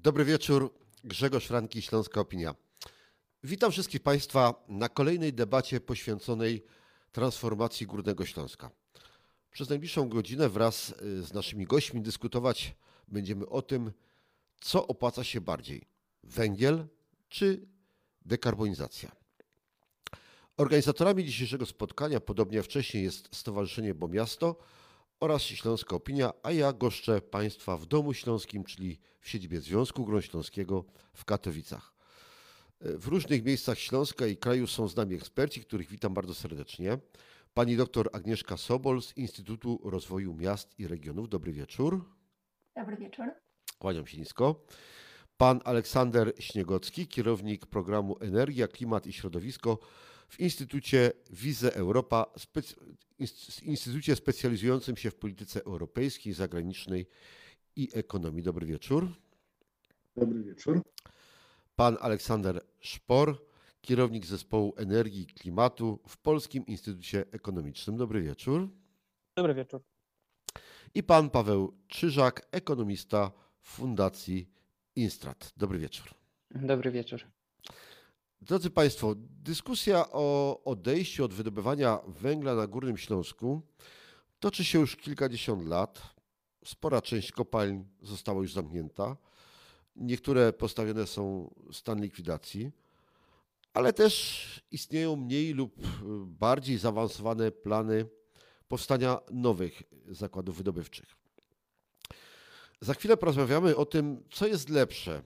Dobry wieczór, Grzegorz Franki, Śląska Opinia. Witam wszystkich Państwa na kolejnej debacie poświęconej transformacji Górnego Śląska. Przez najbliższą godzinę wraz z naszymi gośćmi dyskutować będziemy o tym, co opłaca się bardziej, węgiel czy dekarbonizacja. Organizatorami dzisiejszego spotkania, podobnie jak wcześniej, jest Stowarzyszenie Bo Miasto oraz Śląska Opinia, a ja goszczę Państwa w Domu Śląskim, czyli w siedzibie Związku Górnośląskiego w Katowicach. W różnych miejscach Śląska i kraju są z nami eksperci, których witam bardzo serdecznie. Pani doktor Agnieszka Sobol z Instytutu Rozwoju Miast i Regionów. Dobry wieczór. Dobry wieczór. Kłaniam się nisko. Pan Aleksander Śniegocki, kierownik programu Energia, Klimat i Środowisko w Instytucie Wize Europa, instytucie specjalizującym się w polityce europejskiej, zagranicznej i ekonomii. Dobry wieczór. Dobry wieczór. Pan Aleksander Szpor, kierownik zespołu Energii i Klimatu w Polskim Instytucie Ekonomicznym. Dobry wieczór. Dobry wieczór. I pan Paweł Czyżak, ekonomista w Fundacji Instrat. Dobry wieczór. Dobry wieczór. Drodzy Państwo, dyskusja o odejściu od wydobywania węgla na Górnym Śląsku toczy się już kilkadziesiąt lat. Spora część kopalń została już zamknięta. Niektóre postawione są w stan likwidacji, ale też istnieją mniej lub bardziej zaawansowane plany powstania nowych zakładów wydobywczych. Za chwilę porozmawiamy o tym, co jest lepsze,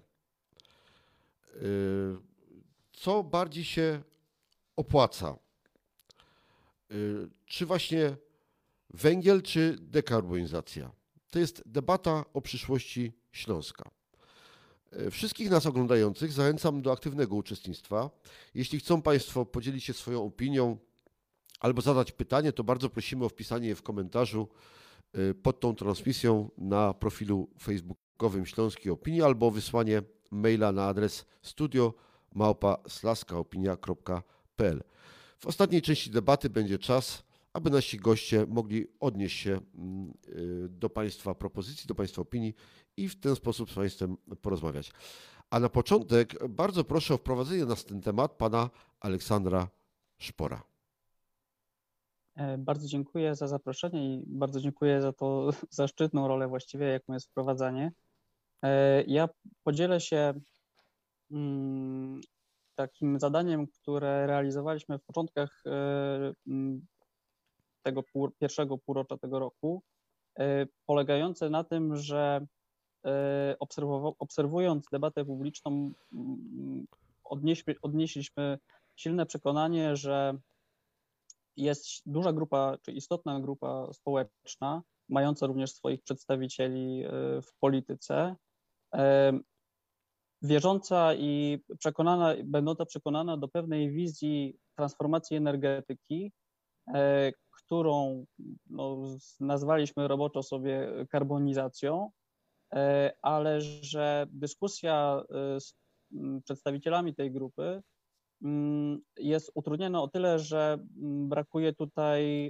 co bardziej się opłaca. Czy właśnie węgiel, czy dekarbonizacja? To jest debata o przyszłości Śląska. Wszystkich nas oglądających zachęcam do aktywnego uczestnictwa. Jeśli chcą Państwo podzielić się swoją opinią albo zadać pytanie, to bardzo prosimy o wpisanie je w komentarzu pod tą transmisją na profilu facebookowym Śląskiej Opinii albo wysłanie maila na adres studio@slaskaopinia.pl. W ostatniej części debaty będzie czas, aby nasi goście mogli odnieść się do Państwa propozycji, do Państwa opinii i w ten sposób z Państwem porozmawiać. A na początek bardzo proszę o wprowadzenie nas w ten temat pana Aleksandra Szpora. Bardzo dziękuję za zaproszenie i bardzo dziękuję za tą zaszczytną rolę właściwie, jaką jest wprowadzanie. Ja podzielę się takim zadaniem, które realizowaliśmy w początkach tego pierwszego półrocza tego roku, polegające na tym, że obserwując debatę publiczną, odnieśliśmy silne przekonanie, że jest duża grupa, czy istotna grupa społeczna, mająca również swoich przedstawicieli w polityce, wierząca i będąca przekonana do pewnej wizji transformacji energetyki, którą nazwaliśmy roboczo sobie karbonizacją, ale że dyskusja z przedstawicielami tej grupy jest utrudniona o tyle, że brakuje tutaj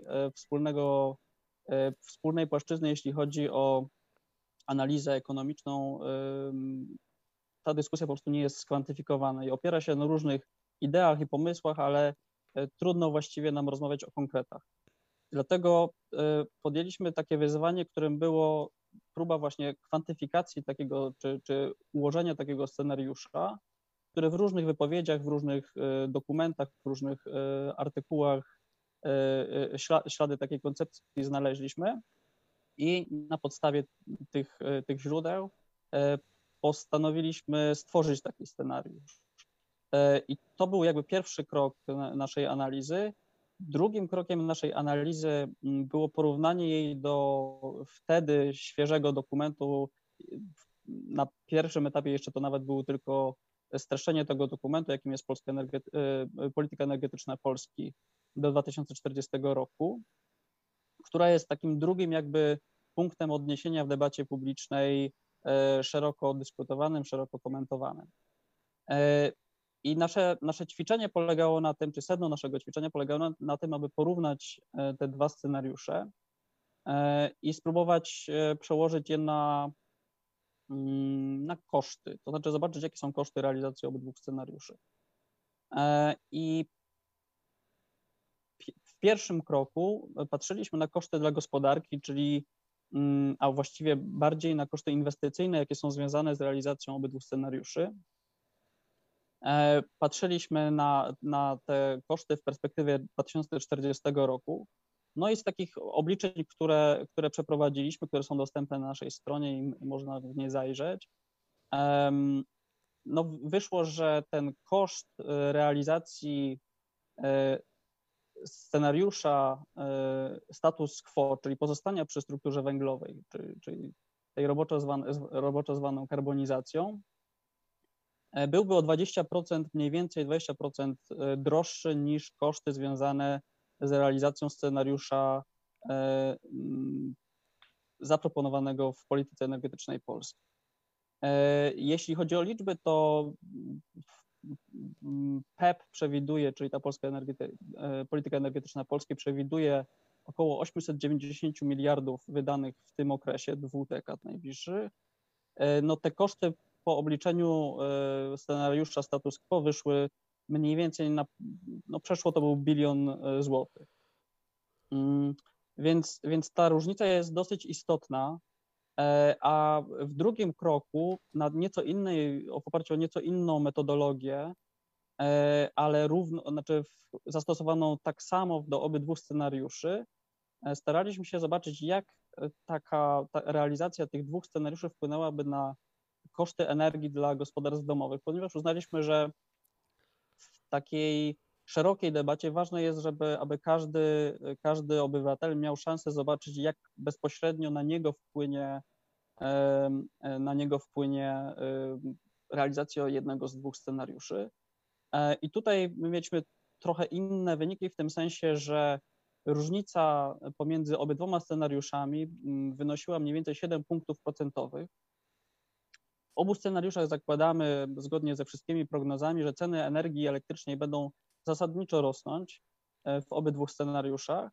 wspólnej płaszczyzny, jeśli chodzi o analizę ekonomiczną. Ta dyskusja po prostu nie jest skwantyfikowana i opiera się na różnych ideach i pomysłach, ale trudno właściwie nam rozmawiać o konkretach. Dlatego podjęliśmy takie wyzwanie, którym było próba właśnie kwantyfikacji takiego, czy ułożenia takiego scenariusza, który w różnych wypowiedziach, w różnych dokumentach, w różnych artykułach ślady takiej koncepcji znaleźliśmy i na podstawie tych źródeł postanowiliśmy stworzyć taki scenariusz. I to był jakby pierwszy krok naszej analizy. Drugim krokiem naszej analizy było porównanie jej do wtedy świeżego dokumentu. Na pierwszym etapie jeszcze to nawet było tylko streszczenie tego dokumentu, jakim jest polityka energetyczna Polski do 2040 roku, która jest takim drugim jakby punktem odniesienia w debacie publicznej, szeroko dyskutowanym, szeroko komentowanym. I nasze ćwiczenie polegało na tym, czy sedno naszego ćwiczenia polegało na tym, aby porównać te dwa scenariusze i spróbować przełożyć je na na koszty, to znaczy zobaczyć, jakie są koszty realizacji obydwu scenariuszy. I w pierwszym kroku patrzyliśmy na koszty dla gospodarki, czyli a właściwie bardziej na koszty inwestycyjne, jakie są związane z realizacją obydwu scenariuszy. Patrzyliśmy na te koszty w perspektywie 2040 roku. No i z takich obliczeń, które przeprowadziliśmy, które są dostępne na naszej stronie i można w nie zajrzeć, no wyszło, że ten koszt realizacji scenariusza status quo, czyli pozostania przy strukturze węglowej, czyli tej roboczo zwaną karbonizacją, byłby o 20%, mniej więcej 20% droższy niż koszty związane z realizacją scenariusza zaproponowanego w polityce energetycznej Polski. Jeśli chodzi o liczby, to PEP przewiduje, czyli ta polityka energetyczna Polski przewiduje około 890 miliardów wydanych w tym okresie, 2 dekad najbliższych. No te koszty po obliczeniu scenariusza status quo wyszły mniej więcej no przeszło to był 1 bilion złotych. Więc ta różnica jest dosyć istotna, a w drugim kroku w oparciu o nieco inną metodologię, ale zastosowaną tak samo do obydwu scenariuszy, staraliśmy się zobaczyć, jak ta realizacja tych 2 scenariuszy wpłynęłaby na koszty energii dla gospodarstw domowych, ponieważ uznaliśmy, że w takiej szerokiej debacie ważne jest, aby każdy obywatel miał szansę zobaczyć, jak bezpośrednio na niego wpłynie realizacja jednego z 2 scenariuszy. I tutaj mieliśmy trochę inne wyniki w tym sensie, że różnica pomiędzy obydwoma scenariuszami wynosiła mniej więcej 7 punktów procentowych. W obu scenariuszach zakładamy, zgodnie ze wszystkimi prognozami, że ceny energii elektrycznej będą zasadniczo rosnąć w obydwu scenariuszach.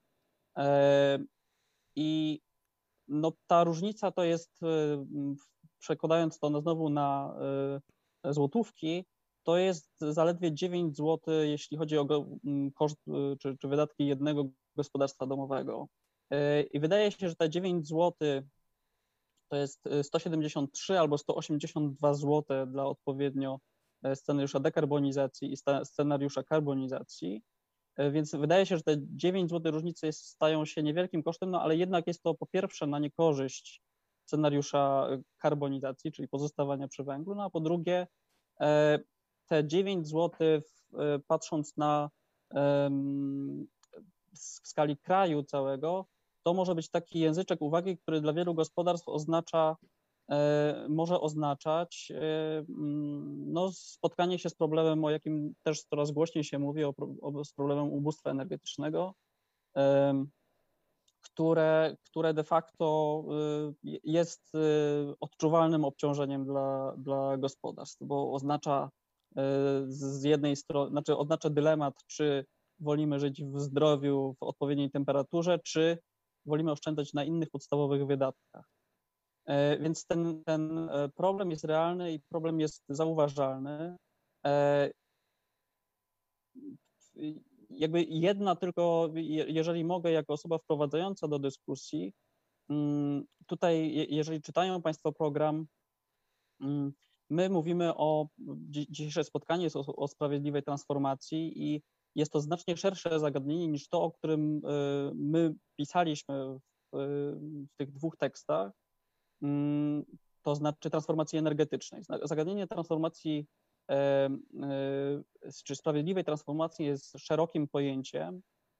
I no, ta różnica to jest, przekładając to znowu na złotówki, to jest zaledwie 9 zł, jeśli chodzi o koszt czy wydatki jednego gospodarstwa domowego. I wydaje się, że te 9 zł to jest 173 albo 182 zł dla odpowiednio scenariusza dekarbonizacji i scenariusza karbonizacji. Więc wydaje się, że te 9 zł różnicy stają się niewielkim kosztem, no ale jednak jest to po pierwsze na niekorzyść scenariusza karbonizacji, czyli pozostawania przy węglu, no a po drugie te 9 zł, patrząc w skali kraju całego, to może być taki języczek uwagi, który dla wielu gospodarstw może oznaczać no, spotkanie się z problemem, o jakim też coraz głośniej się mówi, z problemem ubóstwa energetycznego, które de facto jest odczuwalnym obciążeniem dla gospodarstw, bo oznacza z jednej strony, oznacza dylemat, czy wolimy żyć w zdrowiu, w odpowiedniej temperaturze, czy wolimy oszczędzać na innych podstawowych wydatkach. Więc ten problem jest realny i problem jest zauważalny. Jakby jedna tylko, jeżeli mogę, jako osoba wprowadzająca do dyskusji, tutaj, jeżeli czytają Państwo program, my mówimy dzisiejsze spotkanie jest o sprawiedliwej transformacji i jest to znacznie szersze zagadnienie niż to, o którym my pisaliśmy w tych 2 tekstach, to znaczy transformacji energetycznej. Zagadnienie transformacji czy sprawiedliwej transformacji jest szerokim pojęciem.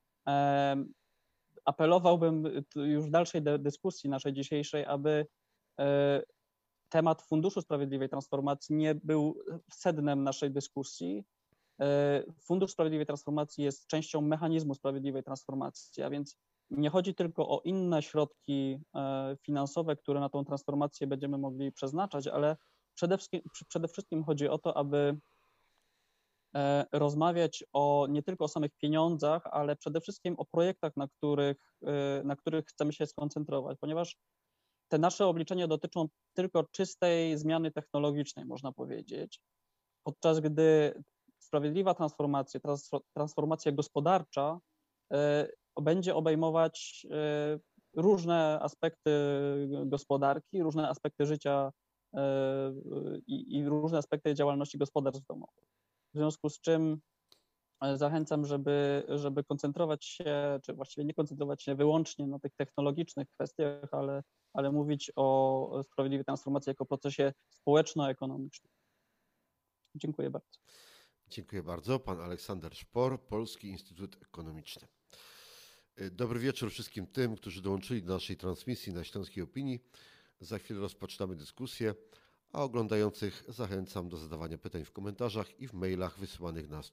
Apelowałbym już w dalszej dyskusji naszej dzisiejszej, aby temat Funduszu Sprawiedliwej Transformacji nie był sednem naszej dyskusji. Fundusz Sprawiedliwej Transformacji jest częścią mechanizmu sprawiedliwej transformacji, a więc nie chodzi tylko o inne środki finansowe, które na tą transformację będziemy mogli przeznaczać, ale przede wszystkim chodzi o to, aby rozmawiać nie tylko o samych pieniądzach, ale przede wszystkim o projektach, na których chcemy się skoncentrować, ponieważ te nasze obliczenia dotyczą tylko czystej zmiany technologicznej, można powiedzieć, podczas gdy sprawiedliwa transformacja gospodarcza będzie obejmować różne aspekty gospodarki, różne aspekty życia i różne aspekty działalności gospodarstw domowych. W związku z czym zachęcam, żeby koncentrować się, czy właściwie nie koncentrować się wyłącznie na tych technologicznych kwestiach, ale mówić o sprawiedliwej transformacji jako procesie społeczno-ekonomicznym. Dziękuję bardzo. Dziękuję bardzo. Pan Aleksander Szpor, Polski Instytut Ekonomiczny. Dobry wieczór wszystkim tym, którzy dołączyli do naszej transmisji na Śląskiej Opinii. Za chwilę rozpoczynamy dyskusję, a oglądających zachęcam do zadawania pytań w komentarzach i w mailach wysyłanych na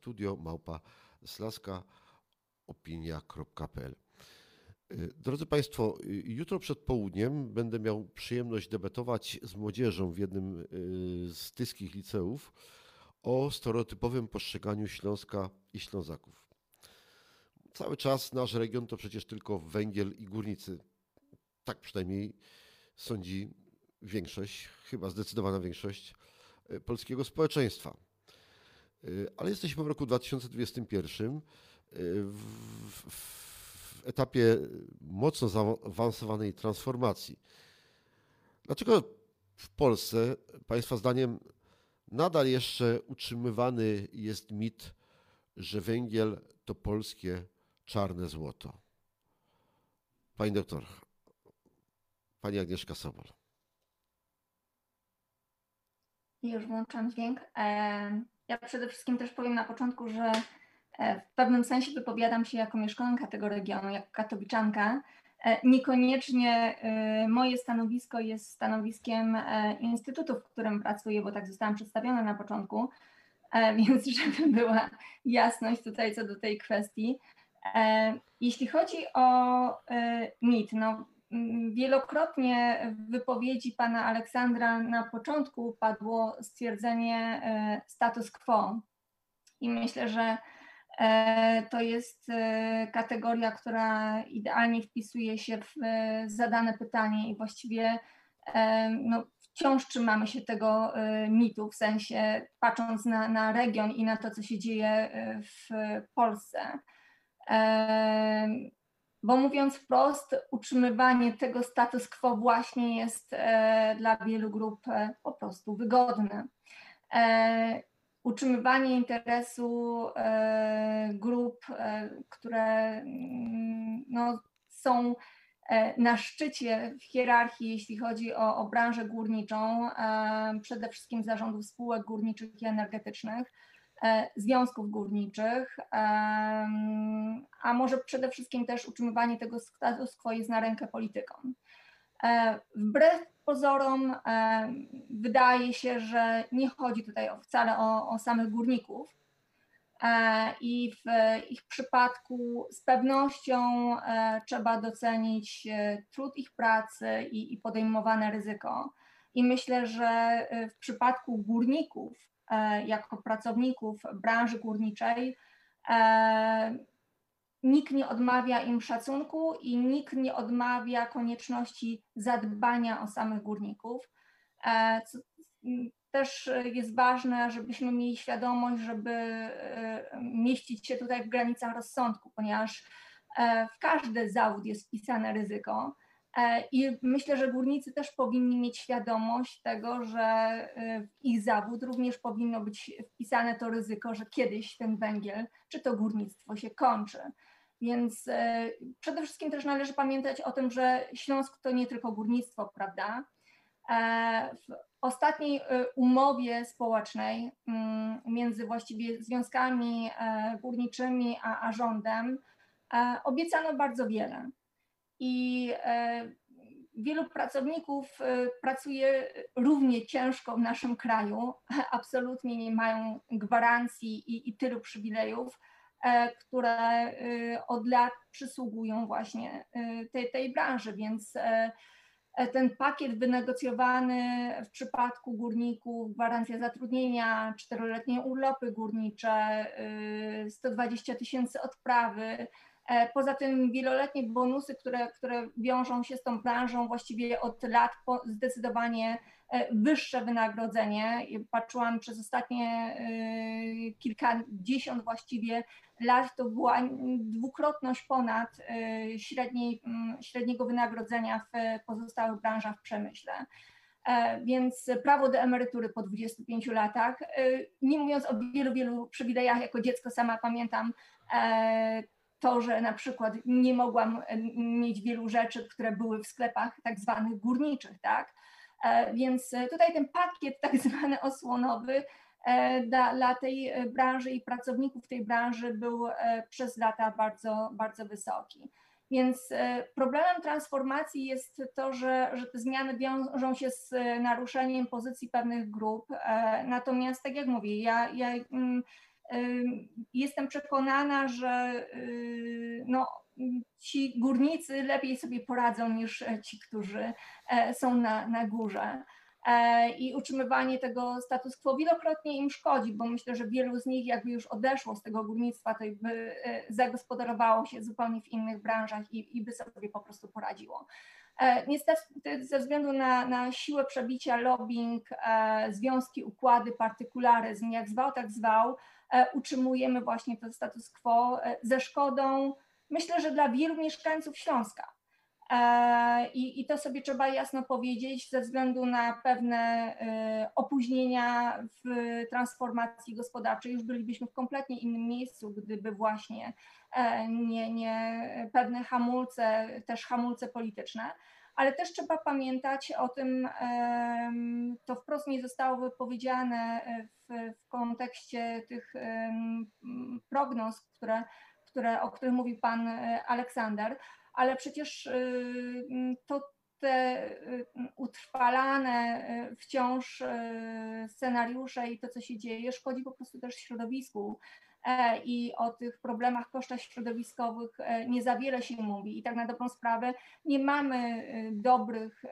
studio@slaskaopinia.pl. Drodzy Państwo, jutro przed południem będę miał przyjemność debatować z młodzieżą w jednym z tyskich liceów o stereotypowym postrzeganiu Śląska i Ślązaków. Cały czas nasz region to przecież tylko węgiel i górnicy. Tak przynajmniej sądzi większość, chyba zdecydowana większość polskiego społeczeństwa. Ale jesteśmy w roku 2021 w etapie mocno zaawansowanej transformacji. Dlaczego w Polsce, Państwa zdaniem, nadal jeszcze utrzymywany jest mit, że węgiel to polskie czarne złoto? Pani doktor, pani Agnieszka Sobol. Już włączam dźwięk. Ja przede wszystkim też powiem na początku, że w pewnym sensie wypowiadam się jako mieszkanka tego regionu, jako katowiczanka. Niekoniecznie moje stanowisko jest stanowiskiem instytutu, w którym pracuję, bo tak zostałam przedstawiona na początku, więc żeby była jasność tutaj co do tej kwestii. Jeśli chodzi o mit, no wielokrotnie w wypowiedzi pana Aleksandra na początku padło stwierdzenie status quo i myślę, że to jest kategoria, która idealnie wpisuje się w zadane pytanie i właściwie no, wciąż trzymamy się tego mitu, w sensie patrząc na region i na to, co się dzieje w Polsce. Bo mówiąc wprost, utrzymywanie tego status quo właśnie jest dla wielu grup po prostu wygodne. Utrzymywanie interesu grup, które no, są na szczycie w hierarchii, jeśli chodzi o branżę górniczą, przede wszystkim zarządów spółek górniczych i energetycznych, związków górniczych, a może przede wszystkim też utrzymywanie tego status quo jest na rękę politykom. Wbrew pozorom wydaje się, że nie chodzi tutaj wcale o samych górników i w ich przypadku z pewnością trzeba docenić trud ich pracy i podejmowane ryzyko. I myślę, że w przypadku górników jako pracowników branży górniczej nikt nie odmawia im szacunku i nikt nie odmawia konieczności zadbania o samych górników. Co też jest ważne, żebyśmy mieli świadomość, żeby mieścić się tutaj w granicach rozsądku, ponieważ w każdy zawód jest wpisane ryzyko. I myślę, że górnicy też powinni mieć świadomość tego, że w ich zawód również powinno być wpisane to ryzyko, że kiedyś ten węgiel czy to górnictwo się kończy. Więc przede wszystkim też należy pamiętać o tym, że Śląsk to nie tylko górnictwo, prawda? W ostatniej umowie społecznej między właściwie związkami górniczymi a rządem obiecano bardzo wiele. I wielu pracowników pracuje równie ciężko w naszym kraju, absolutnie nie mają gwarancji i tylu przywilejów, które od lat przysługują właśnie tej branży, więc ten pakiet wynegocjowany w przypadku górników, gwarancja zatrudnienia, 4-letnie urlopy górnicze, 120 000 odprawy, Poza tym wieloletnie bonusy, które wiążą się z tą branżą właściwie od lat, zdecydowanie wyższe wynagrodzenie. Patrzyłam przez ostatnie kilkadziesiąt właściwie lat, to była dwukrotność ponad średniego wynagrodzenia w pozostałych branżach w przemyśle. Więc prawo do emerytury po 25 latach, nie mówiąc o wielu przywilejach, jako dziecko sama pamiętam to, że na przykład nie mogłam mieć wielu rzeczy, które były w sklepach tak zwanych górniczych, tak? Więc tutaj ten pakiet tak zwany osłonowy dla tej branży i pracowników tej branży był przez lata bardzo wysoki. Więc problemem transformacji jest to, że te zmiany wiążą się z naruszeniem pozycji pewnych grup. Natomiast tak jak mówię, ja jestem przekonana, że no, ci górnicy lepiej sobie poradzą niż ci, którzy są na górze. I utrzymywanie tego status quo wielokrotnie im szkodzi, bo myślę, że wielu z nich jakby już odeszło z tego górnictwa, to by zagospodarowało się zupełnie w innych branżach i by sobie po prostu poradziło. Niestety ze względu na siłę przebicia, lobbying, związki, układy, partykularyzm, jak zwał, tak zwał, utrzymujemy właśnie ten status quo ze szkodą, myślę, że dla wielu mieszkańców Śląska. I to sobie trzeba jasno powiedzieć, ze względu na pewne opóźnienia w transformacji gospodarczej. Już bylibyśmy w kompletnie innym miejscu, gdyby właśnie nie pewne hamulce, też hamulce polityczne. Ale też trzeba pamiętać o tym, to wprost nie zostało wypowiedziane w kontekście tych prognoz, o których mówił pan Aleksander, ale przecież to te utrwalane wciąż scenariusze i to, co się dzieje, szkodzi po prostu też środowisku. I o tych problemach, kosztach środowiskowych nie za wiele się mówi. I tak na dobrą sprawę nie mamy dobrych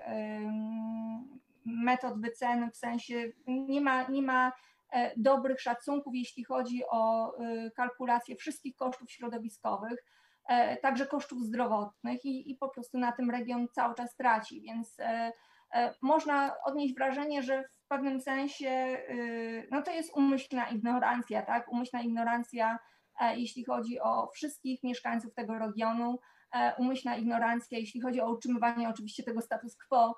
metod wyceny, w sensie nie ma dobrych szacunków, jeśli chodzi o kalkulację wszystkich kosztów środowiskowych, także kosztów zdrowotnych i po prostu na tym region cały czas traci, więc można odnieść wrażenie, że w pewnym sensie no to jest umyślna ignorancja, tak? Umyślna ignorancja, jeśli chodzi o wszystkich mieszkańców tego regionu, umyślna ignorancja, jeśli chodzi o utrzymywanie oczywiście tego status quo,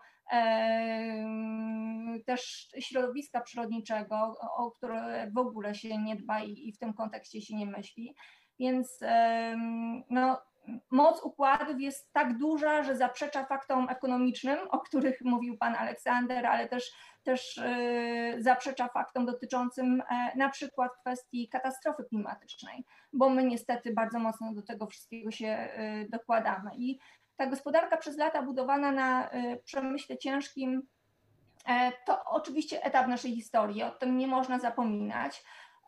też środowiska przyrodniczego, o które w ogóle się nie dba i w tym kontekście się nie myśli. Więc no, moc układów jest tak duża, że zaprzecza faktom ekonomicznym, o których mówił pan Aleksander, ale też zaprzecza faktom dotyczącym na przykład kwestii katastrofy klimatycznej, bo my niestety bardzo mocno do tego wszystkiego się dokładamy. I ta gospodarka przez lata budowana na przemyśle ciężkim to oczywiście etap naszej historii, o tym nie można zapominać.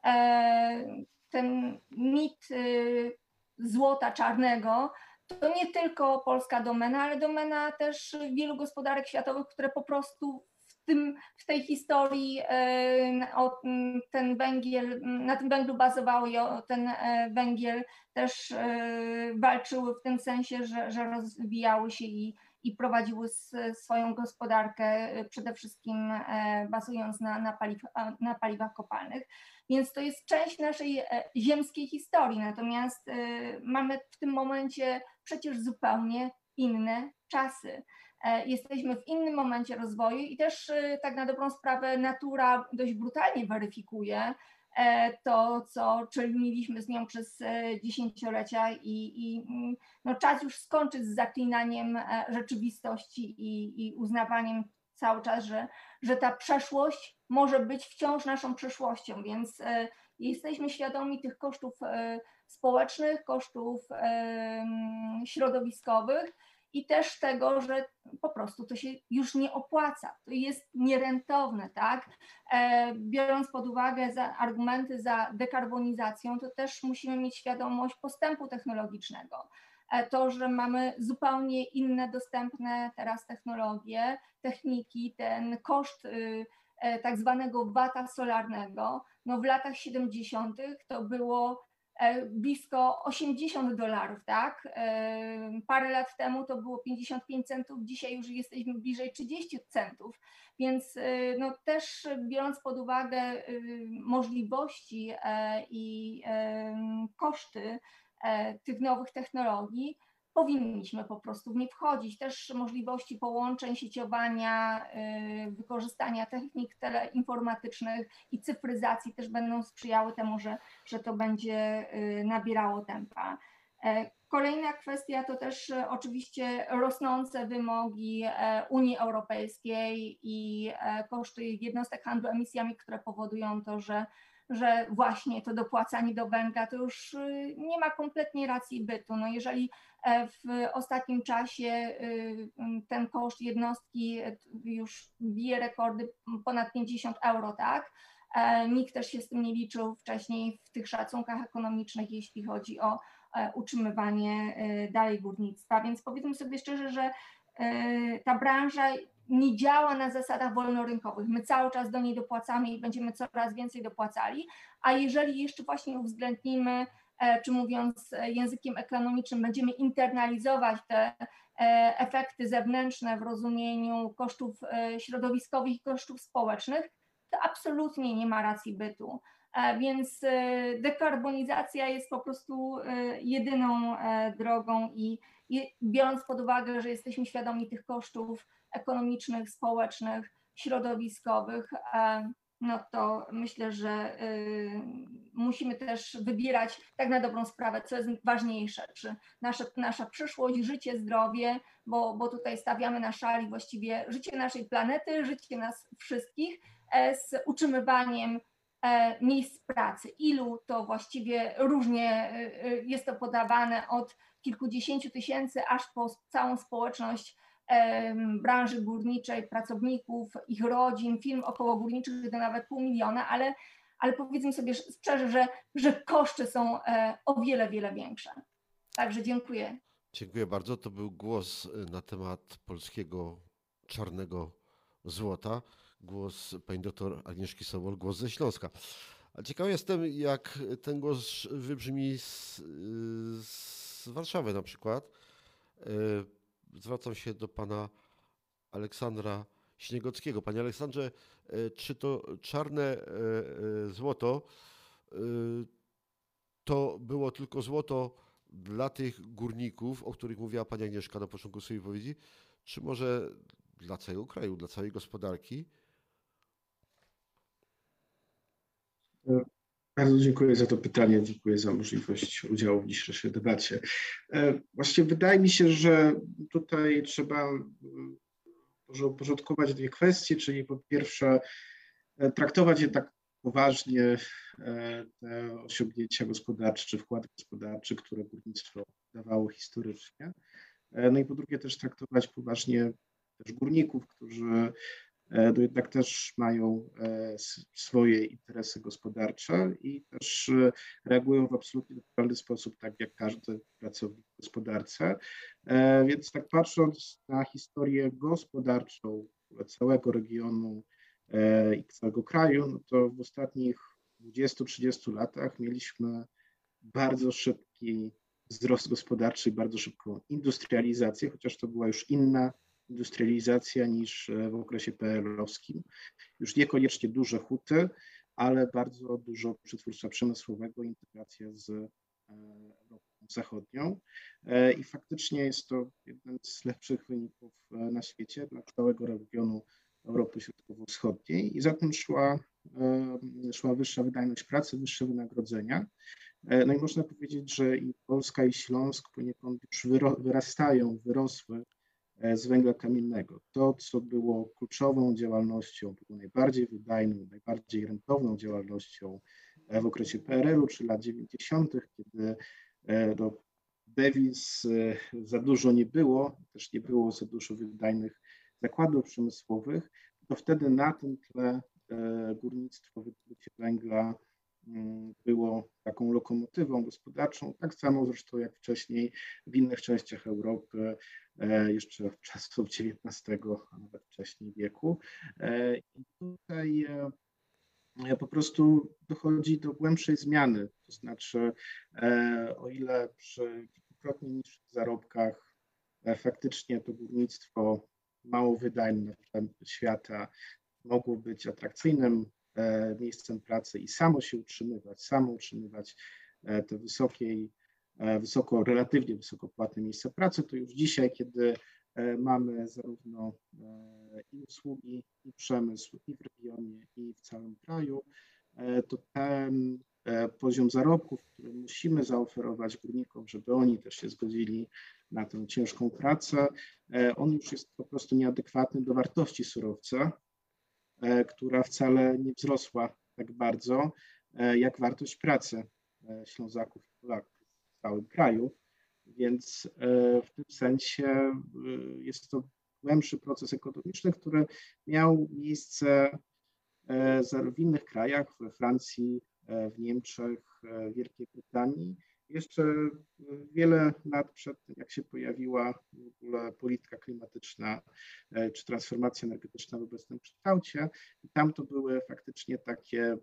Ten mit złota czarnego to nie tylko polska domena, ale domena też wielu gospodarek światowych, które po prostu w tej historii na tym węglu bazowały i o ten węgiel też walczyły w tym sensie, że rozwijały się i prowadziły swoją gospodarkę przede wszystkim bazując na paliwach kopalnych. Więc to jest część naszej ziemskiej historii, natomiast mamy w tym momencie przecież zupełnie inne czasy. Jesteśmy w innym momencie rozwoju i też tak na dobrą sprawę natura dość brutalnie weryfikuje to, co czyniliśmy z nią przez dziesięciolecia i no, czas już skończyć z zaklinaniem rzeczywistości i uznawaniem cały czas, że ta przeszłość może być wciąż naszą przyszłością, więc jesteśmy świadomi tych kosztów społecznych, kosztów środowiskowych i też tego, że po prostu to się już nie opłaca, to jest nierentowne, tak? Biorąc pod uwagę argumenty za dekarbonizacją, to też musimy mieć świadomość postępu technologicznego. To, że mamy zupełnie inne dostępne teraz technologie, techniki, ten koszt tak zwanego wata solarnego, no w latach 70. to było blisko $80, tak? Parę lat temu to było 55 centów, dzisiaj już jesteśmy bliżej 30 centów, więc no też biorąc pod uwagę możliwości i koszty tych nowych technologii, powinniśmy po prostu w nie wchodzić. Też możliwości połączeń, sieciowania, wykorzystania technik teleinformatycznych i cyfryzacji też będą sprzyjały temu, że to będzie nabierało tempa. Kolejna kwestia to też oczywiście rosnące wymogi Unii Europejskiej i koszty jednostek handlu emisjami, które powodują to, że właśnie to dopłacanie do węgla to już nie ma kompletnie racji bytu. No jeżeli w ostatnim czasie ten koszt jednostki już bije rekordy ponad 50 euro, tak? Nikt też się z tym nie liczył wcześniej w tych szacunkach ekonomicznych, jeśli chodzi o utrzymywanie dalej górnictwa. Więc powiedzmy sobie szczerze, że ta branża nie działa na zasadach wolnorynkowych. My cały czas do niej dopłacamy i będziemy coraz więcej dopłacali, a jeżeli jeszcze właśnie uwzględnimy, czy mówiąc językiem ekonomicznym, będziemy internalizować te efekty zewnętrzne w rozumieniu kosztów środowiskowych i kosztów społecznych, to absolutnie nie ma racji bytu. Więc dekarbonizacja jest po prostu jedyną drogą i biorąc pod uwagę, że jesteśmy świadomi tych kosztów ekonomicznych, społecznych, środowiskowych, no to myślę, że musimy też wybierać tak na dobrą sprawę, co jest ważniejsze, czy nasza przyszłość, życie, zdrowie, bo tutaj stawiamy na szali właściwie życie naszej planety, życie nas wszystkich z utrzymywaniem miejsc pracy. Ilu to właściwie różnie jest to podawane, od kilkudziesięciu tysięcy aż po całą społeczność branży górniczej, pracowników, ich rodzin, firm okołogórniczych do nawet 500 000, ale powiedzmy sobie szczerze, że koszty są o wiele, wiele większe. Także dziękuję. Dziękuję bardzo. To był głos na temat polskiego czarnego złota. Głos pani doktor Agnieszki Sobol, głos ze Śląska. A ciekawy jestem, jak ten głos wybrzmi z Warszawy na przykład. Zwracam się do pana Aleksandra Śniegockiego. Panie Aleksandrze, czy to czarne złoto to było tylko złoto dla tych górników, o których mówiła pani Agnieszka na początku swojej wypowiedzi, czy może dla całego kraju, dla całej gospodarki? Bardzo dziękuję za to pytanie, dziękuję za możliwość udziału w dzisiejszej debacie. Właściwie wydaje mi się, że tutaj trzeba uporządkować dwie kwestie, czyli po pierwsze traktować jednak poważnie te osiągnięcia gospodarcze, czy wkład gospodarczy, które górnictwo dawało historycznie. No i po drugie też traktować poważnie też górników, którzy to jednak też mają swoje interesy gospodarcze i też reagują w absolutnie naturalny sposób, tak jak każdy pracownik w gospodarce. Więc tak patrząc na historię gospodarczą całego regionu i całego kraju, no to w ostatnich 20-30 latach mieliśmy bardzo szybki wzrost gospodarczy i bardzo szybką industrializację, chociaż to była już inna industrializacja niż w okresie PRL-owskim. Już niekoniecznie duże huty, ale bardzo dużo przetwórstwa przemysłowego, integracja z Europą Zachodnią. I faktycznie jest to jeden z lepszych wyników na świecie dla całego regionu Europy Środkowo-Wschodniej i za tym szła wyższa wydajność pracy, wyższe wynagrodzenia. No i można powiedzieć, że i Polska, i Śląsk poniekąd już wyrosły z węgla kamiennego. To, co było kluczową działalnością, było najbardziej wydajną, najbardziej rentowną działalnością w okresie PRL-u czy lat 90., kiedy dewiz za dużo nie było, też nie było za dużo wydajnych zakładów przemysłowych, to wtedy na tym tle górnictwo, wydobycie węgla było taką lokomotywą gospodarczą, tak samo zresztą jak wcześniej w innych częściach Europy, jeszcze w czasów XIX, a nawet wcześniej wieku. I tutaj po prostu dochodzi do głębszej zmiany. To znaczy, o ile przy kilkukrotnie niższych zarobkach faktycznie to górnictwo mało wydajne na tle świata mogło być atrakcyjnym miejscem pracy i samo utrzymywać te relatywnie wysoko płatne miejsca pracy, to już dzisiaj, kiedy mamy zarówno i usługi, i przemysł, i w regionie, i w całym kraju, to ten poziom zarobków, który musimy zaoferować górnikom, żeby oni też się zgodzili na tę ciężką pracę, on już jest po prostu nieadekwatny do wartości surowca, która wcale nie wzrosła tak bardzo jak wartość pracy Ślązaków i Polaków w całym kraju. Więc w tym sensie jest to głębszy proces ekonomiczny, który miał miejsce w innych krajach, we Francji, w Niemczech, w Wielkiej Brytanii. Jeszcze wiele lat przed tym, jak się pojawiła w ogóle polityka klimatyczna czy transformacja energetyczna w obecnym kształcie, i tam to były faktycznie takie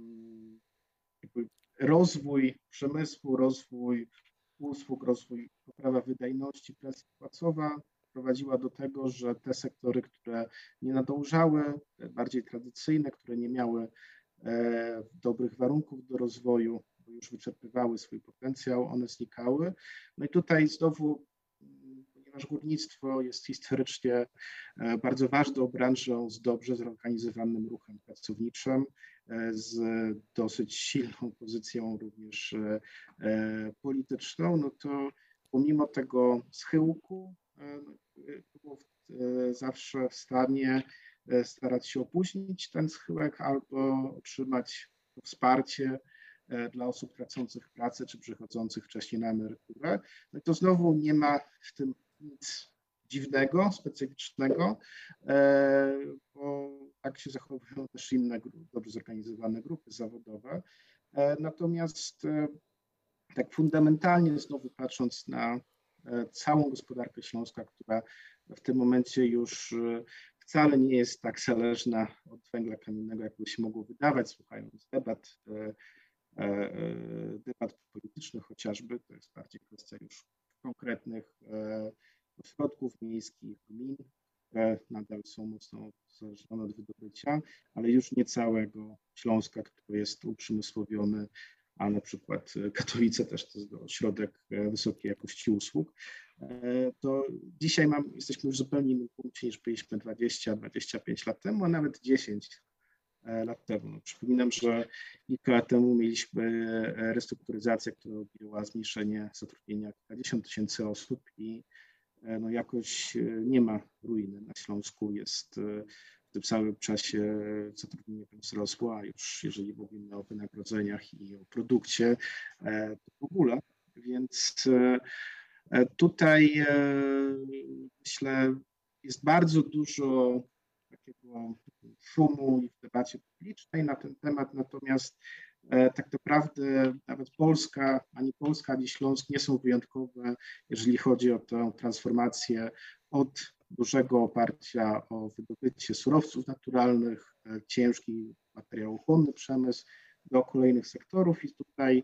jakby rozwój przemysłu, rozwój usług, rozwój, poprawa wydajności, presja płacowa prowadziła do tego, że te sektory, które nie nadążały, te bardziej tradycyjne, które nie miały dobrych warunków do rozwoju, bo już wyczerpywały swój potencjał, one znikały. No i tutaj znowu, ponieważ górnictwo jest historycznie bardzo ważną branżą z dobrze zorganizowanym ruchem pracowniczym, z dosyć silną pozycją również polityczną, no to pomimo tego schyłku było zawsze w stanie starać się opóźnić ten schyłek albo otrzymać wsparcie dla osób tracących pracę czy przechodzących wcześniej na emeryturę. No i to znowu nie ma w tym nic dziwnego, specyficznego, bo tak się zachowują też inne dobrze zorganizowane grupy zawodowe. Natomiast tak fundamentalnie znowu patrząc na całą gospodarkę Śląska, która w tym momencie już wcale nie jest tak zależna od węgla kamiennego, jak by się mogło wydawać, słuchając debat politycznych chociażby, to jest bardziej kwestia już konkretnych ośrodków miejskich, gmin, które nadal są mocno uzależnione od wydobycia, ale już nie całego Śląska, który jest uprzemysłowiony, a na przykład Katowice też to jest ośrodek wysokiej jakości usług, to dzisiaj jesteśmy już w zupełnie innym punkcie niż byliśmy 20-25 lat temu, a nawet 10 lat temu. No, przypominam, że kilka lat temu mieliśmy restrukturyzację, która objęła zmniejszenie zatrudnienia kilkadziesiąt tysięcy osób i no jakoś nie ma ruiny na Śląsku. Jest w tym samym czasie zatrudnienie wzrosło, a już jeżeli mówimy o wynagrodzeniach i o produkcie, to w ogóle. Więc tutaj myślę, jest bardzo dużo takiego szumu i w debacie publicznej na ten temat, natomiast tak naprawdę nawet Polska, ani Śląsk nie są wyjątkowe, jeżeli chodzi o tę transformację od dużego oparcia o wydobycie surowców naturalnych, ciężki materiałochłonny przemysł do kolejnych sektorów i tutaj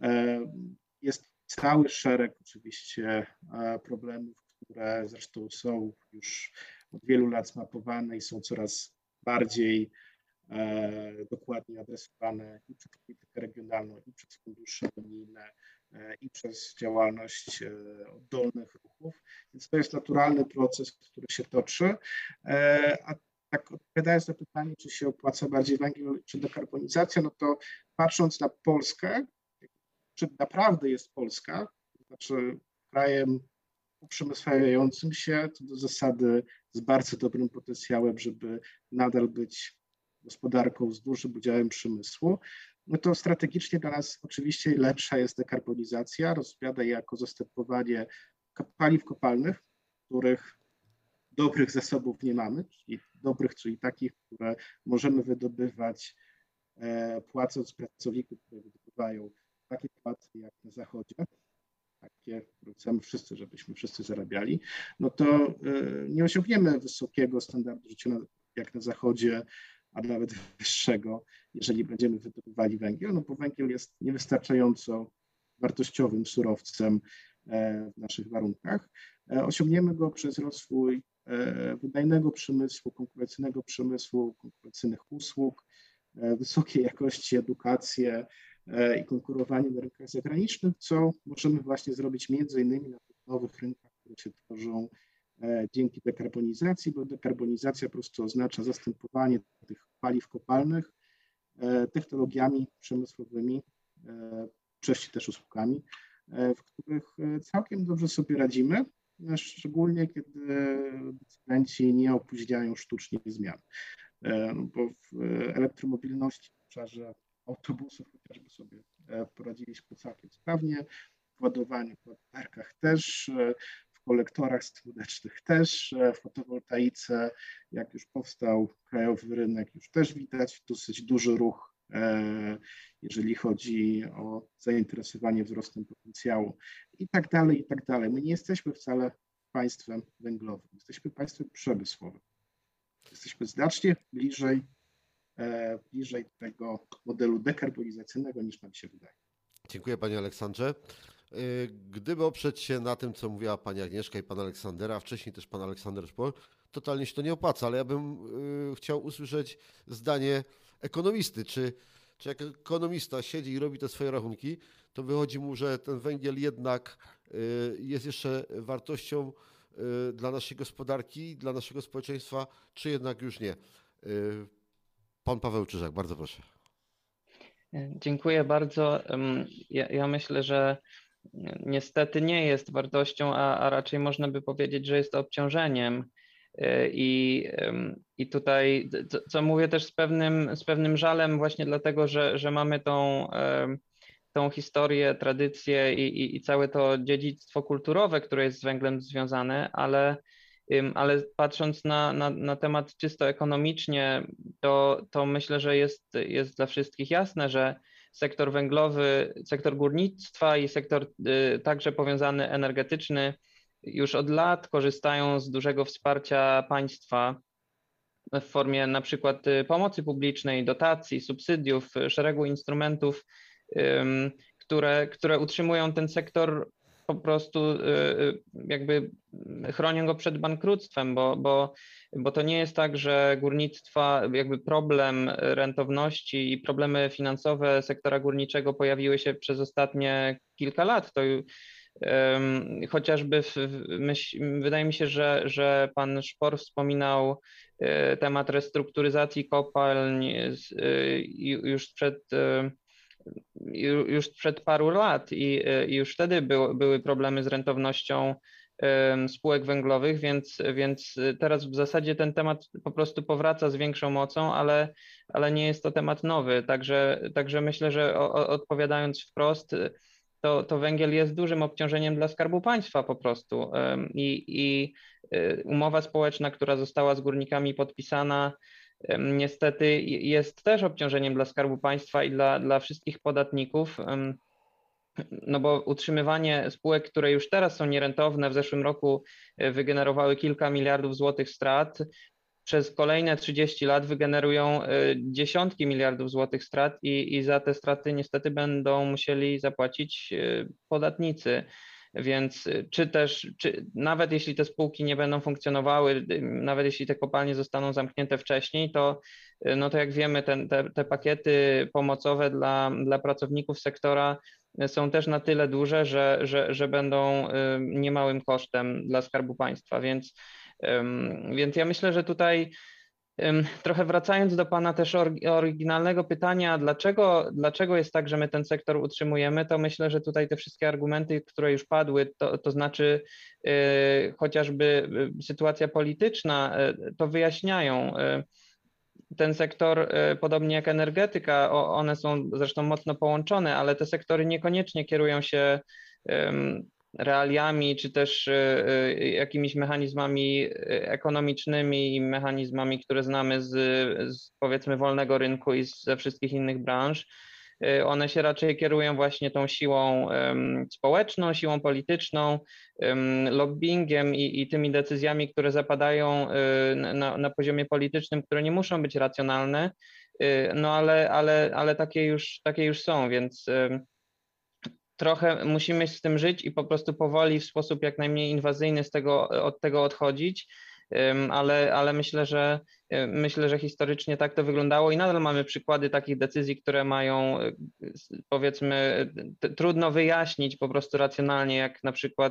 jest cały szereg oczywiście problemów, które zresztą są już od wielu lat zmapowane i są coraz bardziej dokładnie adresowane i przez politykę regionalną, i przez fundusze unijne, i przez działalność oddolnych ruchów. Więc to jest naturalny proces, który się toczy. A tak odpowiadając na pytanie, czy się opłaca bardziej węgiel, czy dekarbonizacja, no to patrząc na Polskę, czy naprawdę jest Polska, to znaczy krajem uprzemysławiającym się, co do zasady z bardzo dobrym potencjałem, żeby nadal być gospodarką z dużym udziałem przemysłu, no to strategicznie dla nas oczywiście lepsza jest dekarbonizacja, rozumiana jako zastępowanie paliw kopalnych, których dobrych zasobów nie mamy, czyli takich, które możemy wydobywać płacąc pracowników, które wydobywają takie płace jak na zachodzie, takie, które chcemy wszyscy, żebyśmy wszyscy zarabiali, no to nie osiągniemy wysokiego standardu życia jak na zachodzie, a nawet wyższego, jeżeli będziemy wydobywali węgiel, no bo węgiel jest niewystarczająco wartościowym surowcem w naszych warunkach. Osiągniemy go przez rozwój wydajnego przemysłu, konkurencyjnych usług, wysokiej jakości edukację i konkurowanie na rynkach zagranicznych, co możemy właśnie zrobić między innymi na tych nowych rynkach, które się tworzą dzięki dekarbonizacji, bo dekarbonizacja po prostu oznacza zastępowanie tych paliw kopalnych technologiami przemysłowymi, częściej też usługami, w których całkiem dobrze sobie radzimy, szczególnie kiedy decydenci nie opóźniają sztucznie zmian. Bo w elektromobilności w obszarze autobusów chociażby sobie poradziliśmy całkiem sprawnie, w ładowaniu w ładowarkach też, w kolektorach słonecznych też, w fotowoltaice, jak już powstał krajowy rynek, już też widać dosyć duży ruch, jeżeli chodzi o zainteresowanie wzrostem potencjału i tak dalej, i tak dalej. My nie jesteśmy wcale państwem węglowym, jesteśmy państwem przemysłowym. Jesteśmy znacznie bliżej tego modelu dekarbonizacyjnego niż nam się wydaje. Dziękuję panie Aleksandrze. Gdyby oprzeć się na tym, co mówiła pani Agnieszka i pan Aleksander, a wcześniej też pan Aleksander Szpol, totalnie się to nie opłaca, ale ja bym chciał usłyszeć zdanie ekonomisty. Czy jak ekonomista siedzi i robi te swoje rachunki, to wychodzi mu, że ten węgiel jednak jest jeszcze wartością dla naszej gospodarki, dla naszego społeczeństwa, czy jednak już nie? Pan Paweł Czyżak, bardzo proszę. Dziękuję bardzo. Ja myślę, że niestety nie jest wartością, a raczej można by powiedzieć, że jest obciążeniem. I tutaj, co mówię też z pewnym żalem, właśnie dlatego, że mamy tą historię, tradycję i całe to dziedzictwo kulturowe, które jest z węglem związane, ale patrząc na temat czysto ekonomicznie, to myślę, że jest dla wszystkich jasne, że sektor węglowy, sektor górnictwa i sektor także powiązany energetyczny już od lat korzystają z dużego wsparcia państwa w formie na przykład pomocy publicznej, dotacji, subsydiów, szeregu instrumentów, które utrzymują ten sektor, po prostu jakby chronią go przed bankructwem, bo to nie jest tak, że górnictwa, jakby problem rentowności i problemy finansowe sektora górniczego pojawiły się przez ostatnie kilka lat. To chociażby wydaje mi się, że pan Szpor wspominał temat restrukturyzacji kopalń już przed paru lat i już wtedy były problemy z rentownością spółek węglowych, więc teraz w zasadzie ten temat po prostu powraca z większą mocą, ale nie jest to temat nowy. Także myślę, że odpowiadając wprost, to węgiel jest dużym obciążeniem dla Skarbu Państwa po prostu. I umowa społeczna, która została z górnikami podpisana, niestety jest też obciążeniem dla Skarbu Państwa i dla wszystkich podatników, no bo utrzymywanie spółek, które już teraz są nierentowne, w zeszłym roku wygenerowały kilka miliardów złotych strat, przez kolejne 30 lat wygenerują dziesiątki miliardów złotych strat i za te straty niestety będą musieli zapłacić podatnicy. Więc nawet jeśli te spółki nie będą funkcjonowały, nawet jeśli te kopalnie zostaną zamknięte wcześniej, to jak wiemy, te pakiety pomocowe dla pracowników sektora są też na tyle duże, że będą niemałym kosztem dla Skarbu Państwa. Więc ja myślę, że tutaj trochę wracając do pana też oryginalnego pytania, dlaczego jest tak, że my ten sektor utrzymujemy, to myślę, że tutaj te wszystkie argumenty, które już padły, to znaczy chociażby sytuacja polityczna, to wyjaśniają. Ten sektor, podobnie jak energetyka, one są zresztą mocno połączone, ale te sektory niekoniecznie kierują się realiami, czy też jakimiś mechanizmami ekonomicznymi i mechanizmami, które znamy z powiedzmy wolnego rynku i ze wszystkich innych branż. one się raczej kierują właśnie tą siłą społeczną, siłą polityczną, lobbyingiem i tymi decyzjami, które zapadają na poziomie politycznym, które nie muszą być racjonalne, no ale takie już są, więc trochę musimy z tym żyć i po prostu powoli w sposób jak najmniej inwazyjny od tego odchodzić, ale myślę, że historycznie tak to wyglądało i nadal mamy przykłady takich decyzji, które mają, powiedzmy, trudno wyjaśnić po prostu racjonalnie, jak na przykład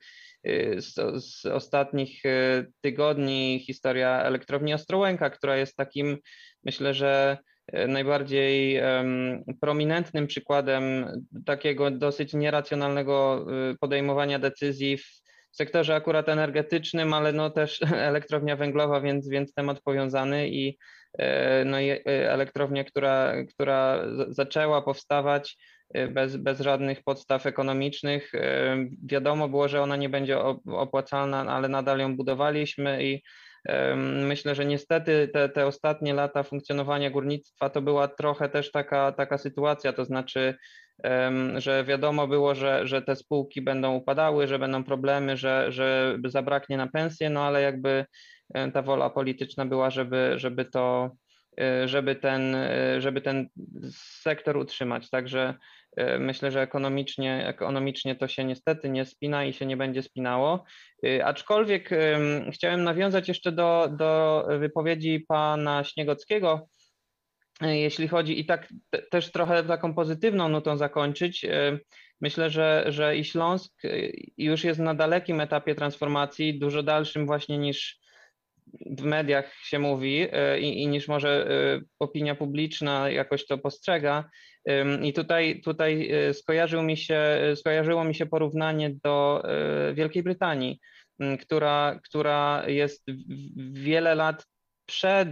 z ostatnich tygodni historia elektrowni Ostrołęka, która jest takim, myślę, że najbardziej prominentnym przykładem takiego dosyć nieracjonalnego podejmowania decyzji w sektorze akurat energetycznym, ale no też elektrownia węglowa, więc temat powiązany i elektrownia, która zaczęła powstawać bez żadnych podstaw ekonomicznych. Wiadomo było, że ona nie będzie opłacalna, ale nadal ją budowaliśmy i myślę, że niestety te ostatnie lata funkcjonowania górnictwa to była trochę też taka sytuacja, to znaczy, że wiadomo było, że te spółki będą upadały, że będą problemy, że zabraknie na pensję, no ale jakby ta wola polityczna była, żeby ten sektor utrzymać. Także myślę, że ekonomicznie to się niestety nie spina i się nie będzie spinało. Aczkolwiek chciałem nawiązać jeszcze do wypowiedzi pana Śniegockiego, jeśli chodzi i tak też trochę taką pozytywną nutą zakończyć. Myślę, że i Śląsk już jest na dalekim etapie transformacji, dużo dalszym właśnie niż w mediach się mówi i niż może opinia publiczna jakoś to postrzega. I tutaj skojarzyło mi się porównanie do Wielkiej Brytanii, która jest wiele lat przed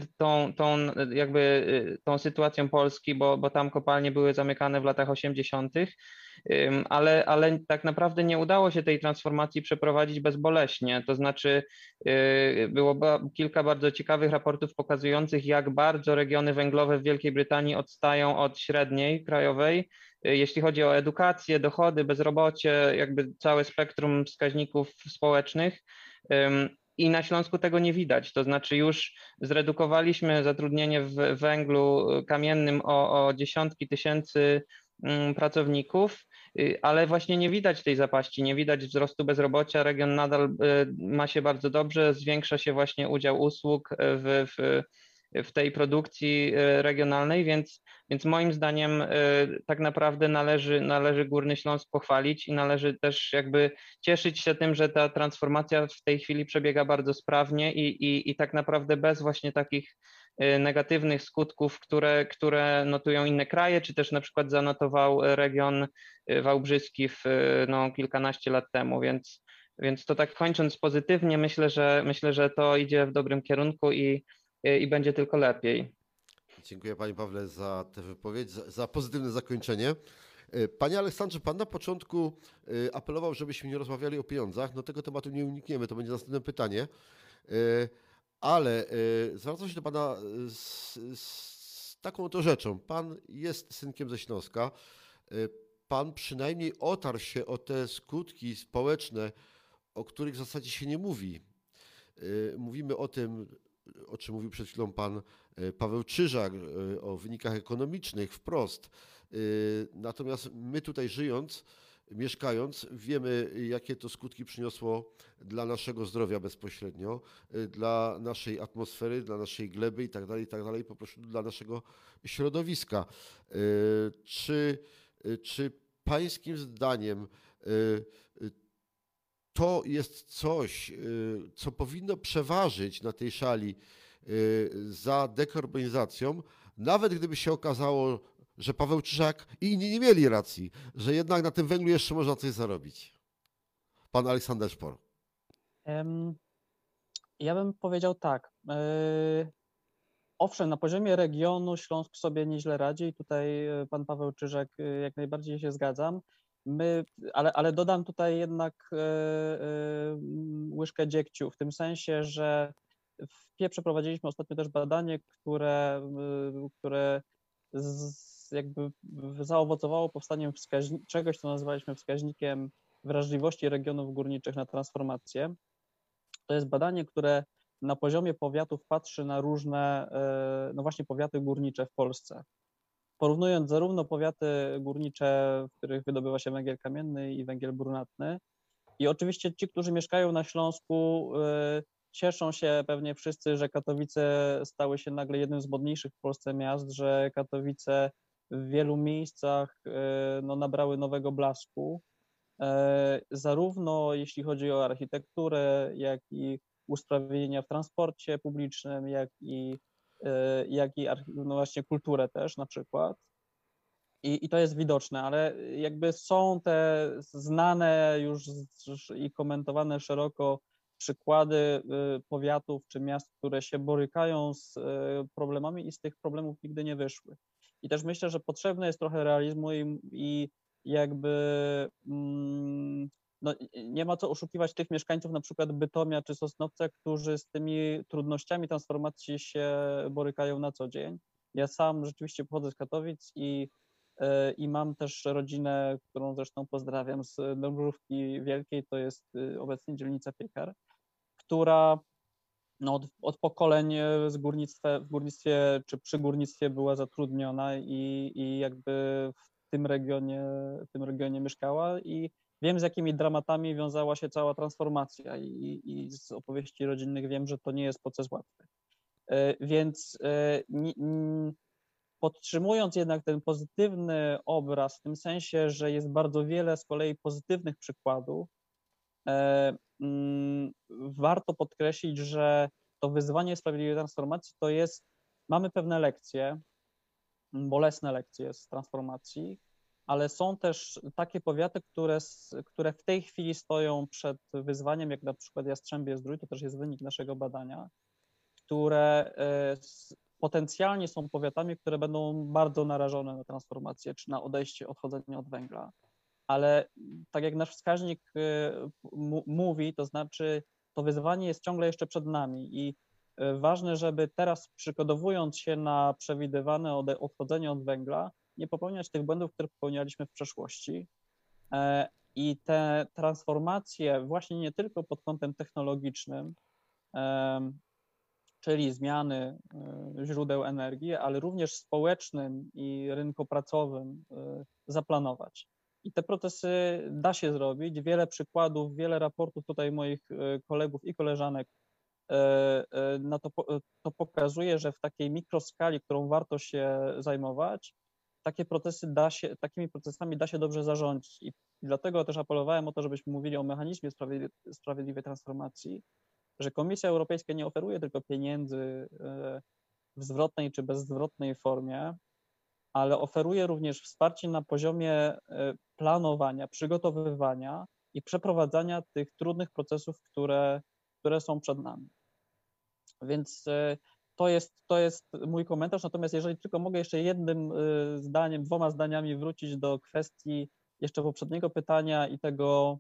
tą sytuacją Polski, bo tam kopalnie były zamykane w latach 80., ale tak naprawdę nie udało się tej transformacji przeprowadzić bezboleśnie. To znaczy było kilka bardzo ciekawych raportów pokazujących, jak bardzo regiony węglowe w Wielkiej Brytanii odstają od średniej krajowej, jeśli chodzi o edukację, dochody, bezrobocie, jakby całe spektrum wskaźników społecznych. I na Śląsku tego nie widać, to znaczy już zredukowaliśmy zatrudnienie w węglu kamiennym o dziesiątki tysięcy pracowników, ale właśnie nie widać tej zapaści, nie widać wzrostu bezrobocia, region nadal ma się bardzo dobrze, zwiększa się właśnie udział usług w tej produkcji regionalnej, więc moim zdaniem tak naprawdę należy Górny Śląsk pochwalić i należy też jakby cieszyć się tym, że ta transformacja w tej chwili przebiega bardzo sprawnie i tak naprawdę bez właśnie takich negatywnych skutków, które notują inne kraje, czy też na przykład zanotował region wałbrzyski kilkanaście lat temu, więc to tak kończąc pozytywnie, myślę, że to idzie w dobrym kierunku i będzie tylko lepiej. Dziękuję Panie Pawle za tę wypowiedź, za pozytywne zakończenie. Panie Aleksandrze, Pan na początku apelował, żebyśmy nie rozmawiali o pieniądzach. No tego tematu nie unikniemy, to będzie następne pytanie. Ale zwracam się do Pana z taką oto rzeczą. Pan jest synkiem ze Śląska. Pan przynajmniej otarł się o te skutki społeczne, o których w zasadzie się nie mówi. Mówimy o tym, o czym mówił przed chwilą pan Paweł Czyżak, o wynikach ekonomicznych wprost. Natomiast my tutaj żyjąc, mieszkając, wiemy, jakie to skutki przyniosło dla naszego zdrowia bezpośrednio, dla naszej atmosfery, dla naszej gleby i tak dalej, po prostu dla naszego środowiska. Czy pańskim zdaniem to jest coś, co powinno przeważyć na tej szali za dekarbonizacją, nawet gdyby się okazało, że Paweł Czyżak i inni nie mieli racji, że jednak na tym węglu jeszcze można coś zarobić? Pan Aleksander Szpor. Ja bym powiedział tak. Owszem, na poziomie regionu Śląsk sobie nieźle radzi i tutaj pan Paweł Czyżak jak najbardziej się zgadzam. Ale dodam tutaj jednak łyżkę dziegciu, w tym sensie, że w PIE przeprowadziliśmy ostatnio też badanie, które jakby zaowocowało powstaniem czegoś, co nazywaliśmy wskaźnikiem wrażliwości regionów górniczych na transformację. To jest badanie, które na poziomie powiatów patrzy na różne, no właśnie powiaty górnicze w Polsce. Porównując zarówno powiaty górnicze, w których wydobywa się węgiel kamienny i węgiel brunatny. I oczywiście ci, którzy mieszkają na Śląsku, cieszą się pewnie wszyscy, że Katowice stały się nagle jednym z modniejszych w Polsce miast, że Katowice w wielu miejscach no, nabrały nowego blasku, zarówno jeśli chodzi o architekturę, jak i usprawnienia w transporcie publicznym, jak i no właśnie kulturę też na przykład. I to jest widoczne, ale jakby są te znane już i komentowane szeroko przykłady powiatów czy miast, które się borykają z problemami i z tych problemów nigdy nie wyszły. I też myślę, że potrzebne jest trochę realizmu i jakby no, nie ma co oszukiwać tych mieszkańców na przykład Bytomia czy Sosnowca, którzy z tymi trudnościami transformacji się borykają na co dzień. Ja sam rzeczywiście pochodzę z Katowic i mam też rodzinę, którą zresztą pozdrawiam z Dąbrówki Wielkiej, to jest obecnie dzielnica Piekar, która no, od pokoleń w górnictwie czy przy górnictwie była zatrudniona i jakby w tym regionie mieszkała i wiem, z jakimi dramatami wiązała się cała transformacja i z opowieści rodzinnych wiem, że to nie jest proces łatwy. Więc podtrzymując jednak ten pozytywny obraz, w tym sensie, że jest bardzo wiele z kolei pozytywnych przykładów, warto podkreślić, że to wyzwanie sprawiedliwej transformacji to jest, mamy pewne lekcje, bolesne lekcje z transformacji, ale są też takie powiaty, które w tej chwili stoją przed wyzwaniem, jak na przykład Jastrzębie-Zdrój, to też jest wynik naszego badania, które potencjalnie są powiatami, które będą bardzo narażone na transformację czy na odchodzenie od węgla. Ale tak jak nasz wskaźnik mówi, to znaczy to wyzwanie jest ciągle jeszcze przed nami i ważne, żeby teraz przygotowując się na przewidywane odchodzenie od węgla, nie popełniać tych błędów, które popełnialiśmy w przeszłości. I te transformacje właśnie nie tylko pod kątem technologicznym, czyli zmiany źródeł energii, ale również społecznym i rynkopracowym zaplanować. I te procesy da się zrobić. Wiele przykładów, wiele raportów tutaj moich kolegów i koleżanek na to pokazuje, że w takiej mikroskali, którą warto się zajmować, takimi procesami da się dobrze zarządzić. I dlatego też apelowałem o to, żebyśmy mówili o mechanizmie sprawiedliwej transformacji, że Komisja Europejska nie oferuje tylko pieniędzy w zwrotnej czy bezzwrotnej formie, ale oferuje również wsparcie na poziomie planowania, przygotowywania i przeprowadzania tych trudnych procesów, które są przed nami. Więc to jest mój komentarz, natomiast jeżeli tylko mogę jeszcze jednym zdaniem, 2 zdaniami wrócić do kwestii jeszcze poprzedniego pytania i tego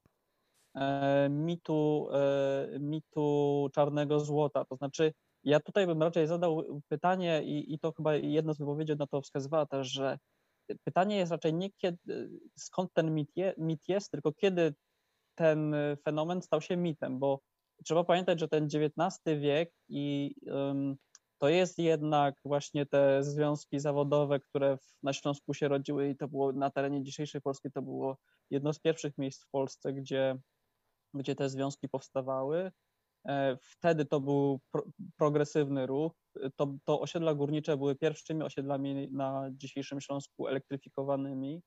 mitu czarnego złota. To znaczy, ja tutaj bym raczej zadał pytanie i to chyba jedna z wypowiedzi na to wskazywała też, że pytanie jest raczej nie kiedy, skąd ten mit jest, tylko kiedy ten fenomen stał się mitem, bo trzeba pamiętać, że ten XIX wiek i to jest jednak właśnie te związki zawodowe, które na Śląsku się rodziły i to było na terenie dzisiejszej Polski, to było jedno z pierwszych miejsc w Polsce, gdzie te związki powstawały. Wtedy to był progresywny ruch. To osiedla górnicze były pierwszymi osiedlami na dzisiejszym Śląsku elektryfikowanymi.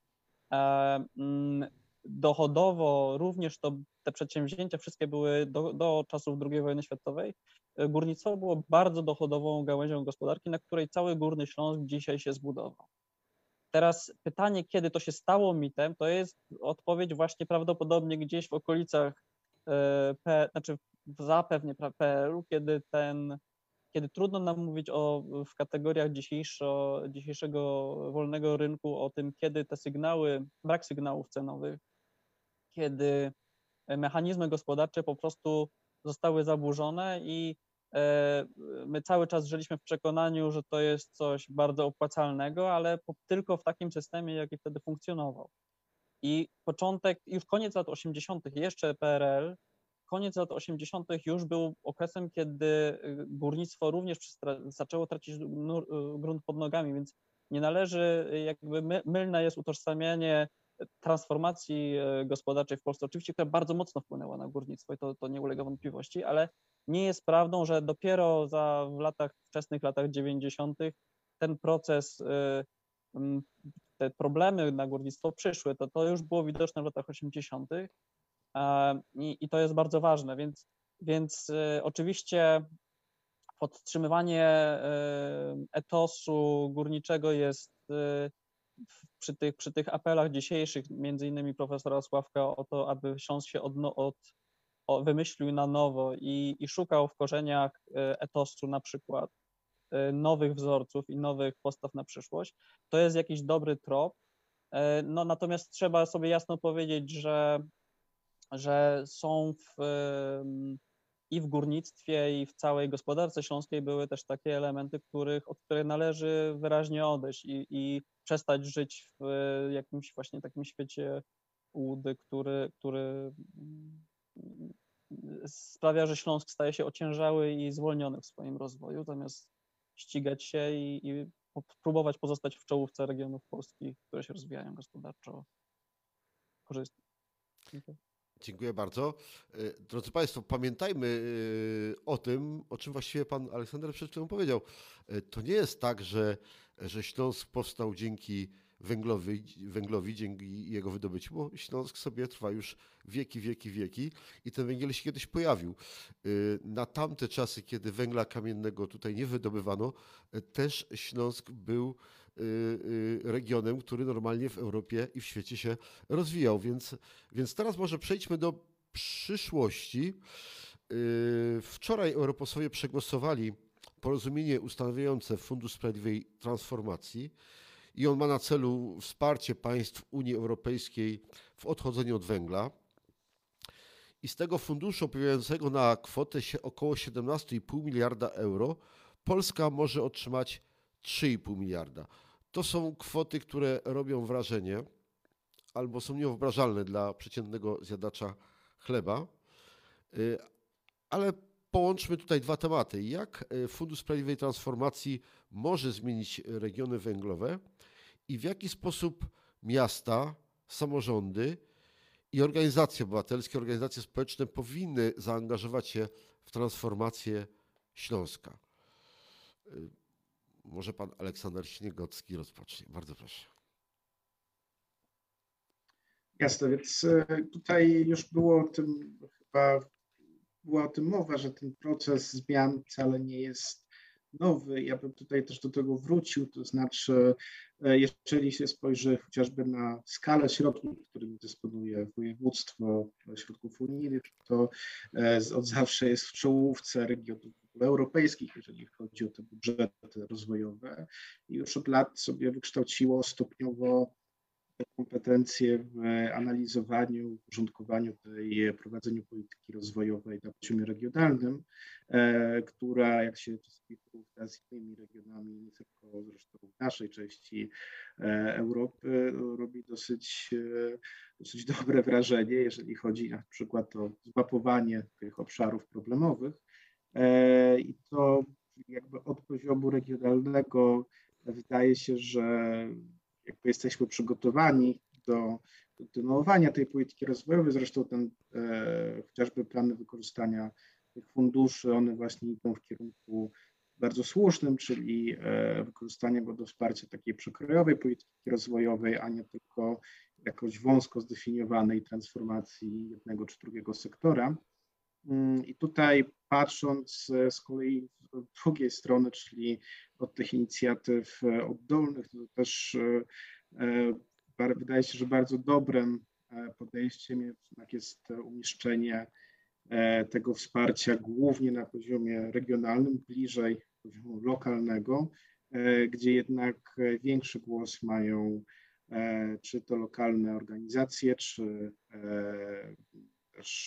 Dochodowo również te przedsięwzięcia wszystkie były do czasów II wojny światowej. Górnictwo było bardzo dochodową gałęzią gospodarki, na której cały Górny Śląsk dzisiaj się zbudował. Teraz pytanie, kiedy to się stało mitem, to jest odpowiedź właśnie prawdopodobnie gdzieś w okolicach zapewne PRL-u, kiedy trudno nam mówić w kategoriach dzisiejszego wolnego rynku o tym, kiedy te brak sygnałów cenowych, kiedy mechanizmy gospodarcze po prostu zostały zaburzone i My cały czas żyliśmy w przekonaniu, że to jest coś bardzo opłacalnego, ale tylko w takim systemie, jaki wtedy funkcjonował. I już koniec lat 80., jeszcze PRL, koniec lat 80. już był okresem, kiedy górnictwo również zaczęło tracić grunt pod nogami, więc nie należy, mylne jest utożsamianie transformacji gospodarczej w Polsce, oczywiście, która bardzo mocno wpłynęła na górnictwo i to nie ulega wątpliwości, ale nie jest prawdą, że dopiero w wczesnych latach 90. ten proces, te problemy na górnictwo przyszły. To już było widoczne w latach 80. I to jest bardzo ważne, więc oczywiście podtrzymywanie etosu górniczego jest przy tych apelach dzisiejszych, między innymi profesora Sławka, o to, aby Śląsk się wymyślił na nowo i szukał w korzeniach etosu na przykład nowych wzorców i nowych postaw na przyszłość, to jest jakiś dobry trop. No, natomiast trzeba sobie jasno powiedzieć, że są i w górnictwie, i w całej gospodarce śląskiej były też takie elementy, od których należy wyraźnie odejść i przestać żyć w jakimś właśnie takim świecie łudy, który sprawia, że Śląsk staje się ociężały i zwolniony w swoim rozwoju, zamiast ścigać się i próbować pozostać w czołówce regionów polskich, które się rozwijają gospodarczo korzystnie. Dziękuję bardzo. Drodzy Państwo, pamiętajmy o tym, o czym właściwie Pan Aleksander przed chwilą powiedział. To nie jest tak, że Śląsk powstał dzięki węglowi, dzięki jego wydobyciu, bo Śląsk sobie trwa już wieki i ten węgiel się kiedyś pojawił. Na tamte czasy, kiedy węgla kamiennego tutaj nie wydobywano, też Śląsk był regionem, który normalnie w Europie i w świecie się rozwijał. Więc teraz może przejdźmy do przyszłości. Wczoraj europosłowie przegłosowali porozumienie ustanawiające Fundusz Sprawiedliwej Transformacji i on ma na celu wsparcie państw Unii Europejskiej w odchodzeniu od węgla. I z tego funduszu opowiadającego na kwotę około 17,5 miliarda euro Polska może otrzymać 3,5 miliarda. To są kwoty, które robią wrażenie albo są niewyobrażalne dla przeciętnego zjadacza chleba. Ale połączmy tutaj dwa tematy. Jak Fundusz Sprawiedliwej Transformacji może zmienić regiony węglowe i w jaki sposób miasta, samorządy i organizacje obywatelskie, organizacje społeczne powinny zaangażować się w transformację Śląska. Może pan Aleksander Śniegocki rozpocznie. Bardzo proszę. Jasne, więc tutaj już było o tym chyba była o tym mowa, że ten proces zmian wcale nie jest nowy. Ja bym tutaj też do tego wrócił, to znaczy jeżeli się spojrzy chociażby na skalę środków, którymi dysponuje województwo, środków unijnych, to od zawsze jest w czołówce regionów europejskich, jeżeli chodzi o te budżety rozwojowe i już od lat sobie wykształciło stopniowo kompetencje w analizowaniu, porządkowaniu prowadzeniu polityki rozwojowej na poziomie regionalnym, która, jak się czasami porówna z innymi regionami, nie tylko zresztą w naszej części Europy, robi dosyć dobre wrażenie, jeżeli chodzi na przykład o zmapowanie tych obszarów problemowych. I to jakby od poziomu regionalnego wydaje się, że jakby jesteśmy przygotowani do kontynuowania tej polityki rozwojowej. Zresztą chociażby plany wykorzystania tych funduszy, one właśnie idą w kierunku bardzo słusznym, czyli wykorzystania go do wsparcia takiej przekrojowej polityki rozwojowej, a nie tylko jakoś wąsko zdefiniowanej transformacji jednego czy drugiego sektora. I tutaj patrząc z kolei z drugiej strony, czyli od tych inicjatyw oddolnych, to też wydaje się, że bardzo dobrym podejściem jednak jest umieszczenie tego wsparcia głównie na poziomie regionalnym, bliżej poziomu lokalnego, gdzie jednak większy głos mają czy to lokalne organizacje, czy też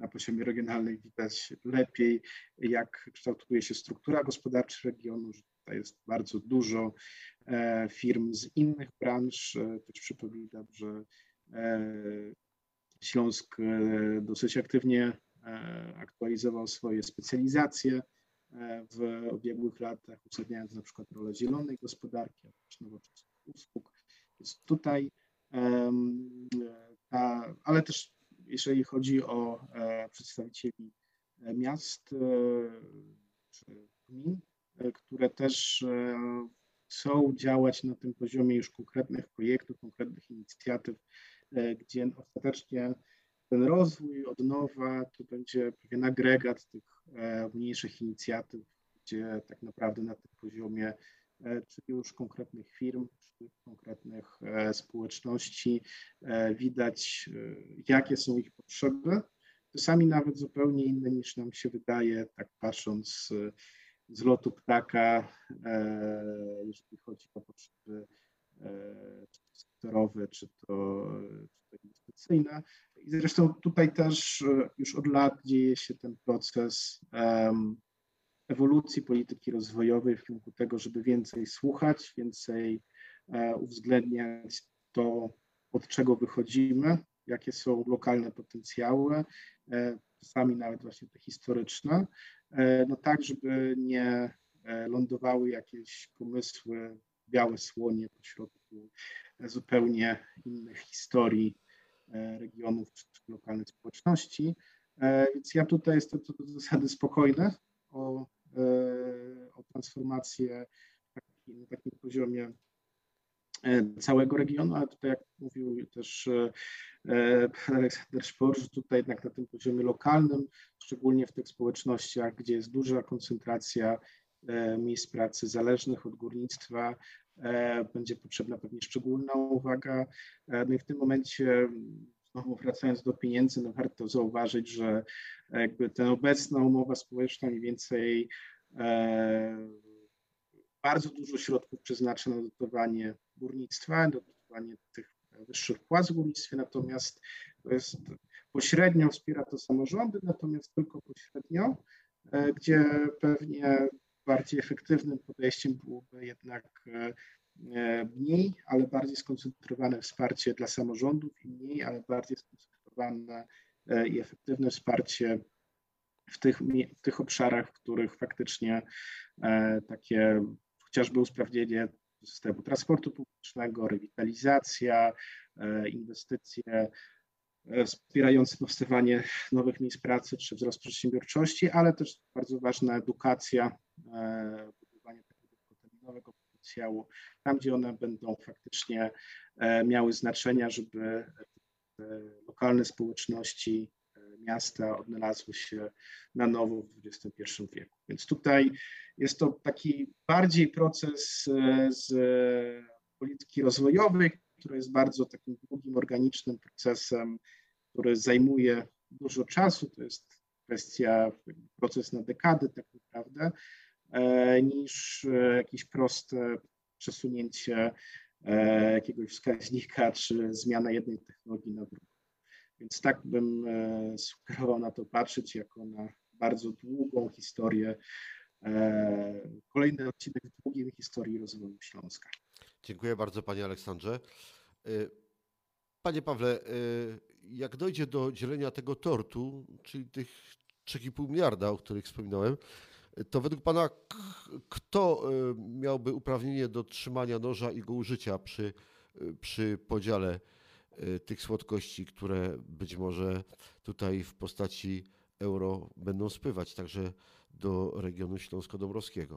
na poziomie regionalnym widać lepiej, jak kształtuje się struktura gospodarcza regionu, że tutaj jest bardzo dużo firm z innych branż. Też przypominam, że Śląsk dosyć aktywnie aktualizował swoje specjalizacje w ubiegłych latach, uwzględniając na przykład rolę zielonej gospodarki, a też nowoczesnych usług. Więc tutaj, ale też jeżeli chodzi o przedstawicieli miast czy gmin, które też chcą działać na tym poziomie już konkretnych projektów, konkretnych inicjatyw, gdzie ostatecznie ten rozwój, odnowa to będzie pewien agregat tych mniejszych inicjatyw, gdzie tak naprawdę na tym poziomie czy już konkretnych firm, czy konkretnych społeczności widać, jakie są ich potrzeby, czasami nawet zupełnie inne niż nam się wydaje, tak patrząc z lotu ptaka, jeżeli chodzi o potrzeby czy to sektorowe, czy to inwestycyjne. I zresztą tutaj też już od lat dzieje się ten proces ewolucji polityki rozwojowej w kierunku tego, żeby więcej słuchać, więcej uwzględniać to, od czego wychodzimy, jakie są lokalne potencjały, czasami nawet właśnie te historyczne, no tak, żeby nie lądowały jakieś pomysły, białe słonie pośrodku zupełnie innych historii regionów czy lokalnych społeczności. Więc ja tutaj jestem co do zasady spokojny o transformację na takim poziomie całego regionu, ale tutaj, jak mówił też pan Aleksander Szpor, że tutaj jednak na tym poziomie lokalnym, szczególnie w tych społecznościach, gdzie jest duża koncentracja miejsc pracy zależnych od górnictwa, będzie potrzebna pewnie szczególna uwaga. No i w tym momencie, znowu wracając do pieniędzy, no warto zauważyć, że jakby ta obecna umowa społeczna mniej więcej bardzo dużo środków przeznacza na dotowanie górnictwa, dotowanie tych wyższych płac w górnictwie, natomiast to jest pośrednio wspiera to samorządy, natomiast tylko pośrednio, gdzie pewnie bardziej efektywnym podejściem byłoby jednak mniej, ale bardziej skoncentrowane wsparcie dla samorządów i mniej, ale bardziej skoncentrowane i efektywne wsparcie w tych obszarach, w których faktycznie takie chociażby usprawnienie systemu transportu publicznego, rewitalizacja, inwestycje wspierające powstawanie nowych miejsc pracy czy wzrost przedsiębiorczości, ale też bardzo ważna edukacja, budowanie takiego długoterminowego potencjału, tam gdzie one będą faktycznie miały znaczenia, żeby lokalne społeczności, miasta odnalazły się na nowo w XXI wieku. Więc tutaj jest to taki bardziej proces z polityki rozwojowej, który jest bardzo takim długim, organicznym procesem, który zajmuje dużo czasu, to jest kwestia, proces na dekady tak naprawdę, niż jakieś proste przesunięcie jakiegoś wskaźnika czy zmiana jednej technologii na drugą. Więc tak bym sugerował na to patrzeć jako na bardzo długą historię, kolejny odcinek w długiej historii rozwoju Śląska. Dziękuję bardzo, panie Aleksandrze. Panie Pawle, jak dojdzie do dzielenia tego tortu, czyli tych 3,5 miliarda, o których wspominałem, to według pana kto miałby uprawnienie do trzymania noża i go użycia przy podziale tych słodkości, które być może tutaj w postaci euro będą spływać także do regionu śląsko-dąbrowskiego?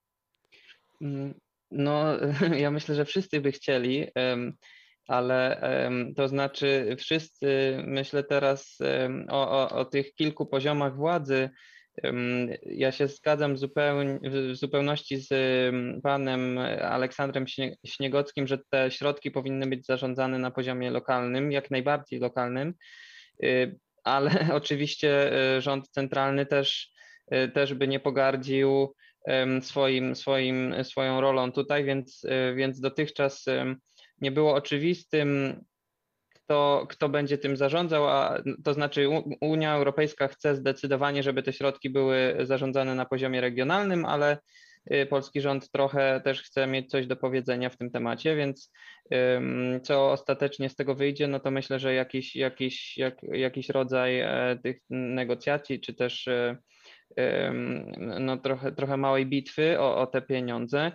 No, ja myślę, że wszyscy by chcieli, ale to znaczy wszyscy, myślę teraz o tych kilku poziomach władzy. Ja się zgadzam w zupełności z panem Aleksandrem Śniegockim, że te środki powinny być zarządzane na poziomie lokalnym, jak najbardziej lokalnym, ale oczywiście rząd centralny też by nie pogardził swoją rolą tutaj, więc dotychczas nie było oczywistym, to kto będzie tym zarządzał, a to znaczy Unia Europejska chce zdecydowanie, żeby te środki były zarządzane na poziomie regionalnym, ale polski rząd trochę też chce mieć coś do powiedzenia w tym temacie, więc co ostatecznie z tego wyjdzie, no to myślę, że jakiś rodzaj tych negocjacji, czy też no trochę małej bitwy o te pieniądze.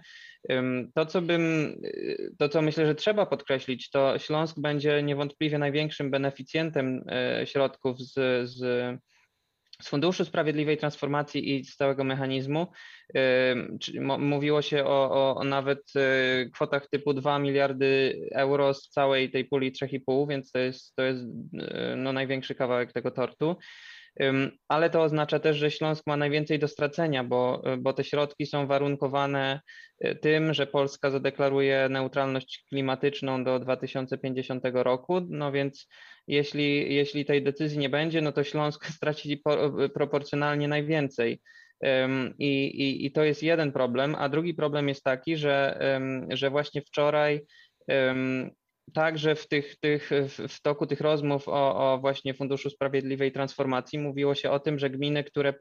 To, co myślę, że trzeba podkreślić, to Śląsk będzie niewątpliwie największym beneficjentem środków z Funduszu Sprawiedliwej Transformacji i z całego mechanizmu. Mówiło się o nawet kwotach typu 2 miliardy euro z całej tej puli 3,5, więc to jest no, największy kawałek tego tortu. Ale to oznacza też, że Śląsk ma najwięcej do stracenia, bo te środki są warunkowane tym, że Polska zadeklaruje neutralność klimatyczną do 2050 roku. No więc jeśli tej decyzji nie będzie, no to Śląsk straci proporcjonalnie najwięcej. I to jest jeden problem, a drugi problem jest taki, że właśnie wczoraj także w toku tych rozmów o właśnie Funduszu Sprawiedliwej Transformacji mówiło się o tym, że gminy, które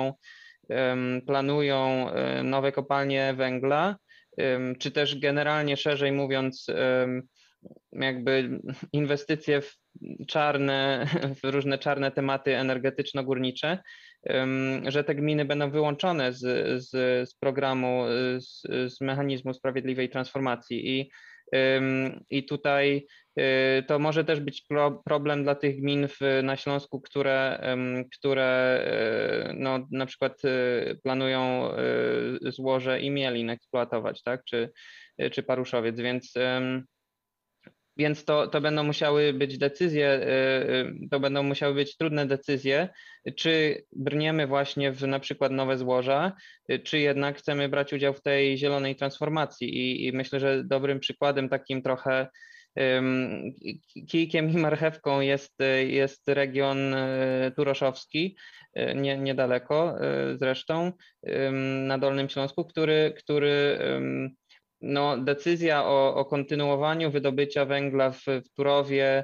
planują nowe kopalnie węgla, czy też generalnie szerzej mówiąc, jakby inwestycje w w różne czarne tematy energetyczno-górnicze, że te gminy będą wyłączone z programu, z mechanizmu sprawiedliwej transformacji. I tutaj to może też być problem dla tych gmin na Śląsku, które no, na przykład planują złoże i Mielin eksploatować, tak? Czy Paruszowiec, więc to będą musiały być decyzje, to będą musiały być trudne decyzje, czy brniemy właśnie w na przykład nowe złoża, czy jednak chcemy brać udział w tej zielonej transformacji. I myślę, że dobrym przykładem takim trochę kijkiem i marchewką jest region turoszowski, niedaleko zresztą, na Dolnym Śląsku, który no, decyzja o kontynuowaniu wydobycia węgla w Turowie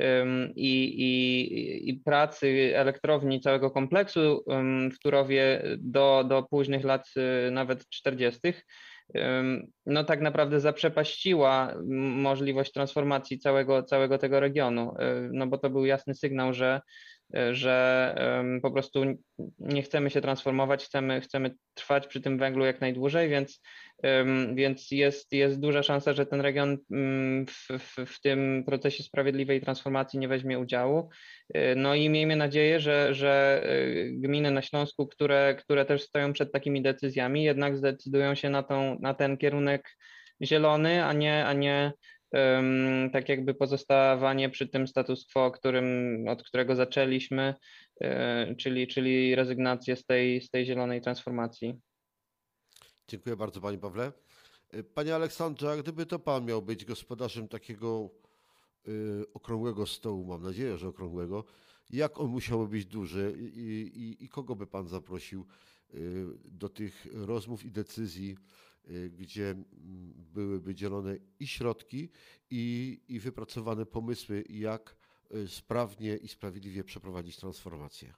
i pracy elektrowni całego kompleksu w Turowie do późnych lat nawet 40. No tak naprawdę zaprzepaściła możliwość transformacji całego tego regionu, no bo to był jasny sygnał, że po prostu nie chcemy się transformować, chcemy trwać przy tym węglu jak najdłużej, więc jest duża szansa, że ten region w tym procesie sprawiedliwej transformacji nie weźmie udziału. No i miejmy nadzieję, że gminy na Śląsku, które też stoją przed takimi decyzjami, jednak zdecydują się na ten kierunek zielony, a nie tak jakby pozostawanie przy tym status quo, od którego zaczęliśmy, czyli rezygnację z tej zielonej transformacji. Dziękuję bardzo, panie Pawle. Panie Aleksandrze, a gdyby to pan miał być gospodarzem takiego okrągłego stołu, mam nadzieję, że okrągłego, jak on musiałby być duży i kogo by pan zaprosił do tych rozmów i decyzji, gdzie byłyby dzielone i środki, i wypracowane pomysły, jak sprawnie i sprawiedliwie przeprowadzić transformację?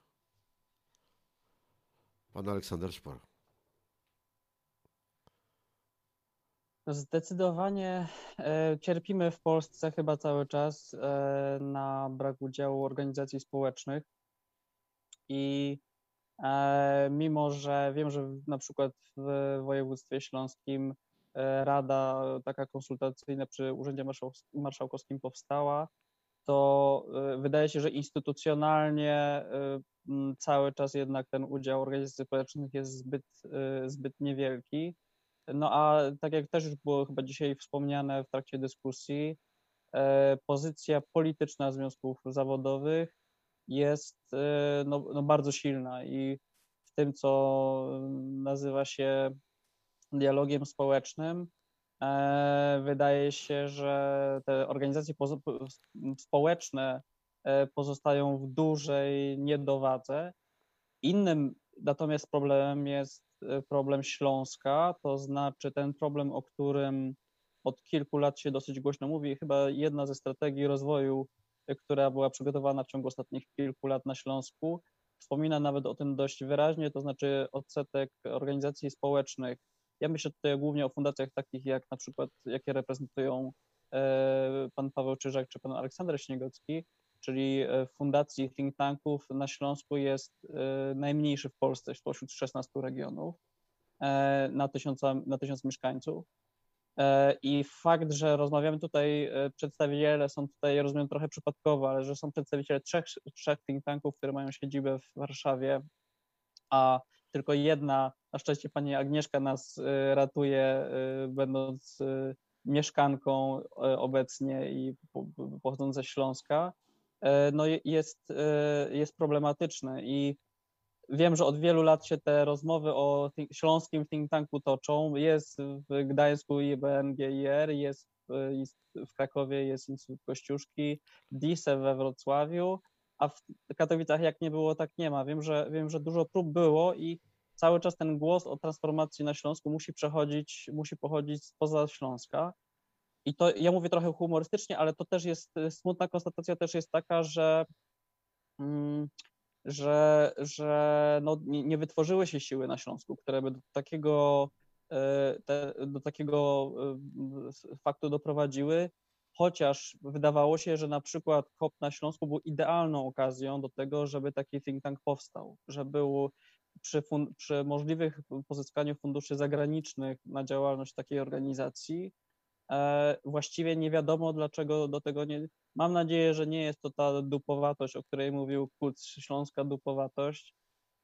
Pan Aleksander Szpar. Zdecydowanie cierpimy w Polsce chyba cały czas na brak udziału organizacji społecznych i mimo, że wiem, że na przykład w województwie śląskim rada taka konsultacyjna przy Urzędzie Marszałkowskim powstała, to wydaje się, że instytucjonalnie cały czas jednak ten udział organizacji społecznych jest zbyt niewielki. No a tak jak też już było chyba dzisiaj wspomniane w trakcie dyskusji, pozycja polityczna związków zawodowych jest no bardzo silna i w tym, co nazywa się dialogiem społecznym, wydaje się, że te organizacje społeczne pozostają w dużej niedowadze. Innym natomiast problemem jest problem Śląska, to znaczy ten problem, o którym od kilku lat się dosyć głośno mówi, chyba jedna ze strategii rozwoju która była przygotowana w ciągu ostatnich kilku lat na Śląsku, wspomina nawet o tym dość wyraźnie, to znaczy odsetek organizacji społecznych. Ja myślę tutaj głównie o fundacjach takich jak na przykład, jakie reprezentują pan Paweł Czyżak czy pan Aleksander Śniegocki, czyli fundacji think tanków na Śląsku jest najmniejszy w Polsce spośród 16 regionów na 1000 mieszkańców. I fakt, że rozmawiamy tutaj, przedstawiciele są tutaj, rozumiem, trochę przypadkowo, ale że są przedstawiciele trzech think tanków, które mają siedzibę w Warszawie, a tylko jedna, na szczęście pani Agnieszka nas ratuje, będąc mieszkanką obecnie i pochodząc ze Śląska, no jest problematyczny i wiem, że od wielu lat się te rozmowy o śląskim think tanku toczą. Jest w Gdańsku IBNGIR, jest w Krakowie jest Instytut Kościuszki, DISE we Wrocławiu, a w Katowicach jak nie było, tak nie ma. Wiem, że dużo prób było i cały czas ten głos o transformacji na Śląsku musi pochodzić spoza Śląska. I to ja mówię trochę humorystycznie, ale to też jest smutna konstatacja, też jest taka, że no, nie wytworzyły się siły na Śląsku, które by do takiego faktu doprowadziły, chociaż wydawało się, że na przykład COP na Śląsku był idealną okazją do tego, żeby taki think tank powstał, że był przy możliwych pozyskaniu funduszy zagranicznych na działalność takiej organizacji. Właściwie nie wiadomo, dlaczego do tego nie. Mam nadzieję, że nie jest to ta dupowatość, o której mówił Kuc, śląska dupowatość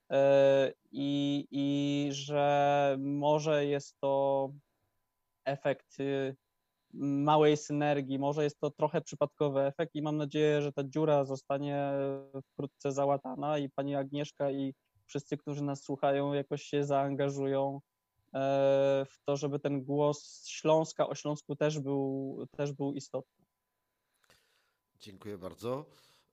i że może jest to efekt małej synergii, może jest to trochę przypadkowy efekt i mam nadzieję, że ta dziura zostanie wkrótce załatana i pani Agnieszka i wszyscy, którzy nas słuchają, jakoś się zaangażują w to, żeby ten głos Śląska o Śląsku też był istotny. Dziękuję bardzo.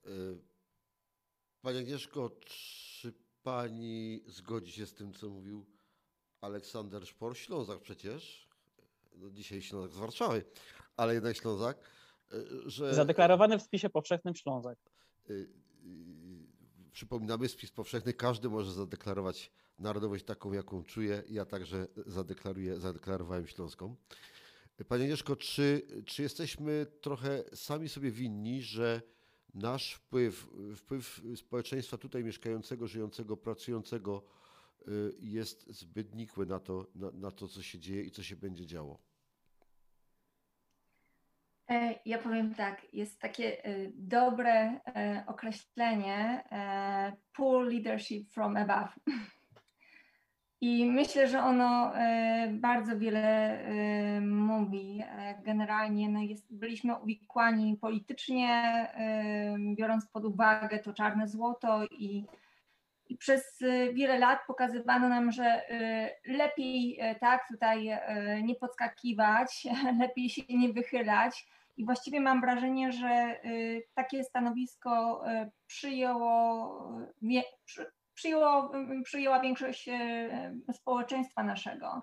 Pani Agnieszko, czy pani zgodzi się z tym, co mówił Aleksander Szpor? Ślązak przecież, no dzisiaj Ślązak z Warszawy, ale jednak Ślązak, że... Zadeklarowany w spisie powszechnym Ślązak. Przypominamy, spis powszechny, każdy może zadeklarować narodowość taką, jaką czuje. Ja także zadeklarowałem śląską. Pani Agnieszko, czy jesteśmy trochę sami sobie winni, że nasz wpływ społeczeństwa tutaj mieszkającego, żyjącego, pracującego jest zbyt nikły na to, co się dzieje i co się będzie działo? Ja powiem tak, jest takie dobre określenie poor leadership from above. I myślę, że ono bardzo wiele mówi. Generalnie no byliśmy uwikłani politycznie, biorąc pod uwagę to czarne złoto i przez wiele lat pokazywano nam, że lepiej tak tutaj nie podskakiwać, lepiej się nie wychylać. I właściwie mam wrażenie, że takie stanowisko przyjęła większość społeczeństwa naszego.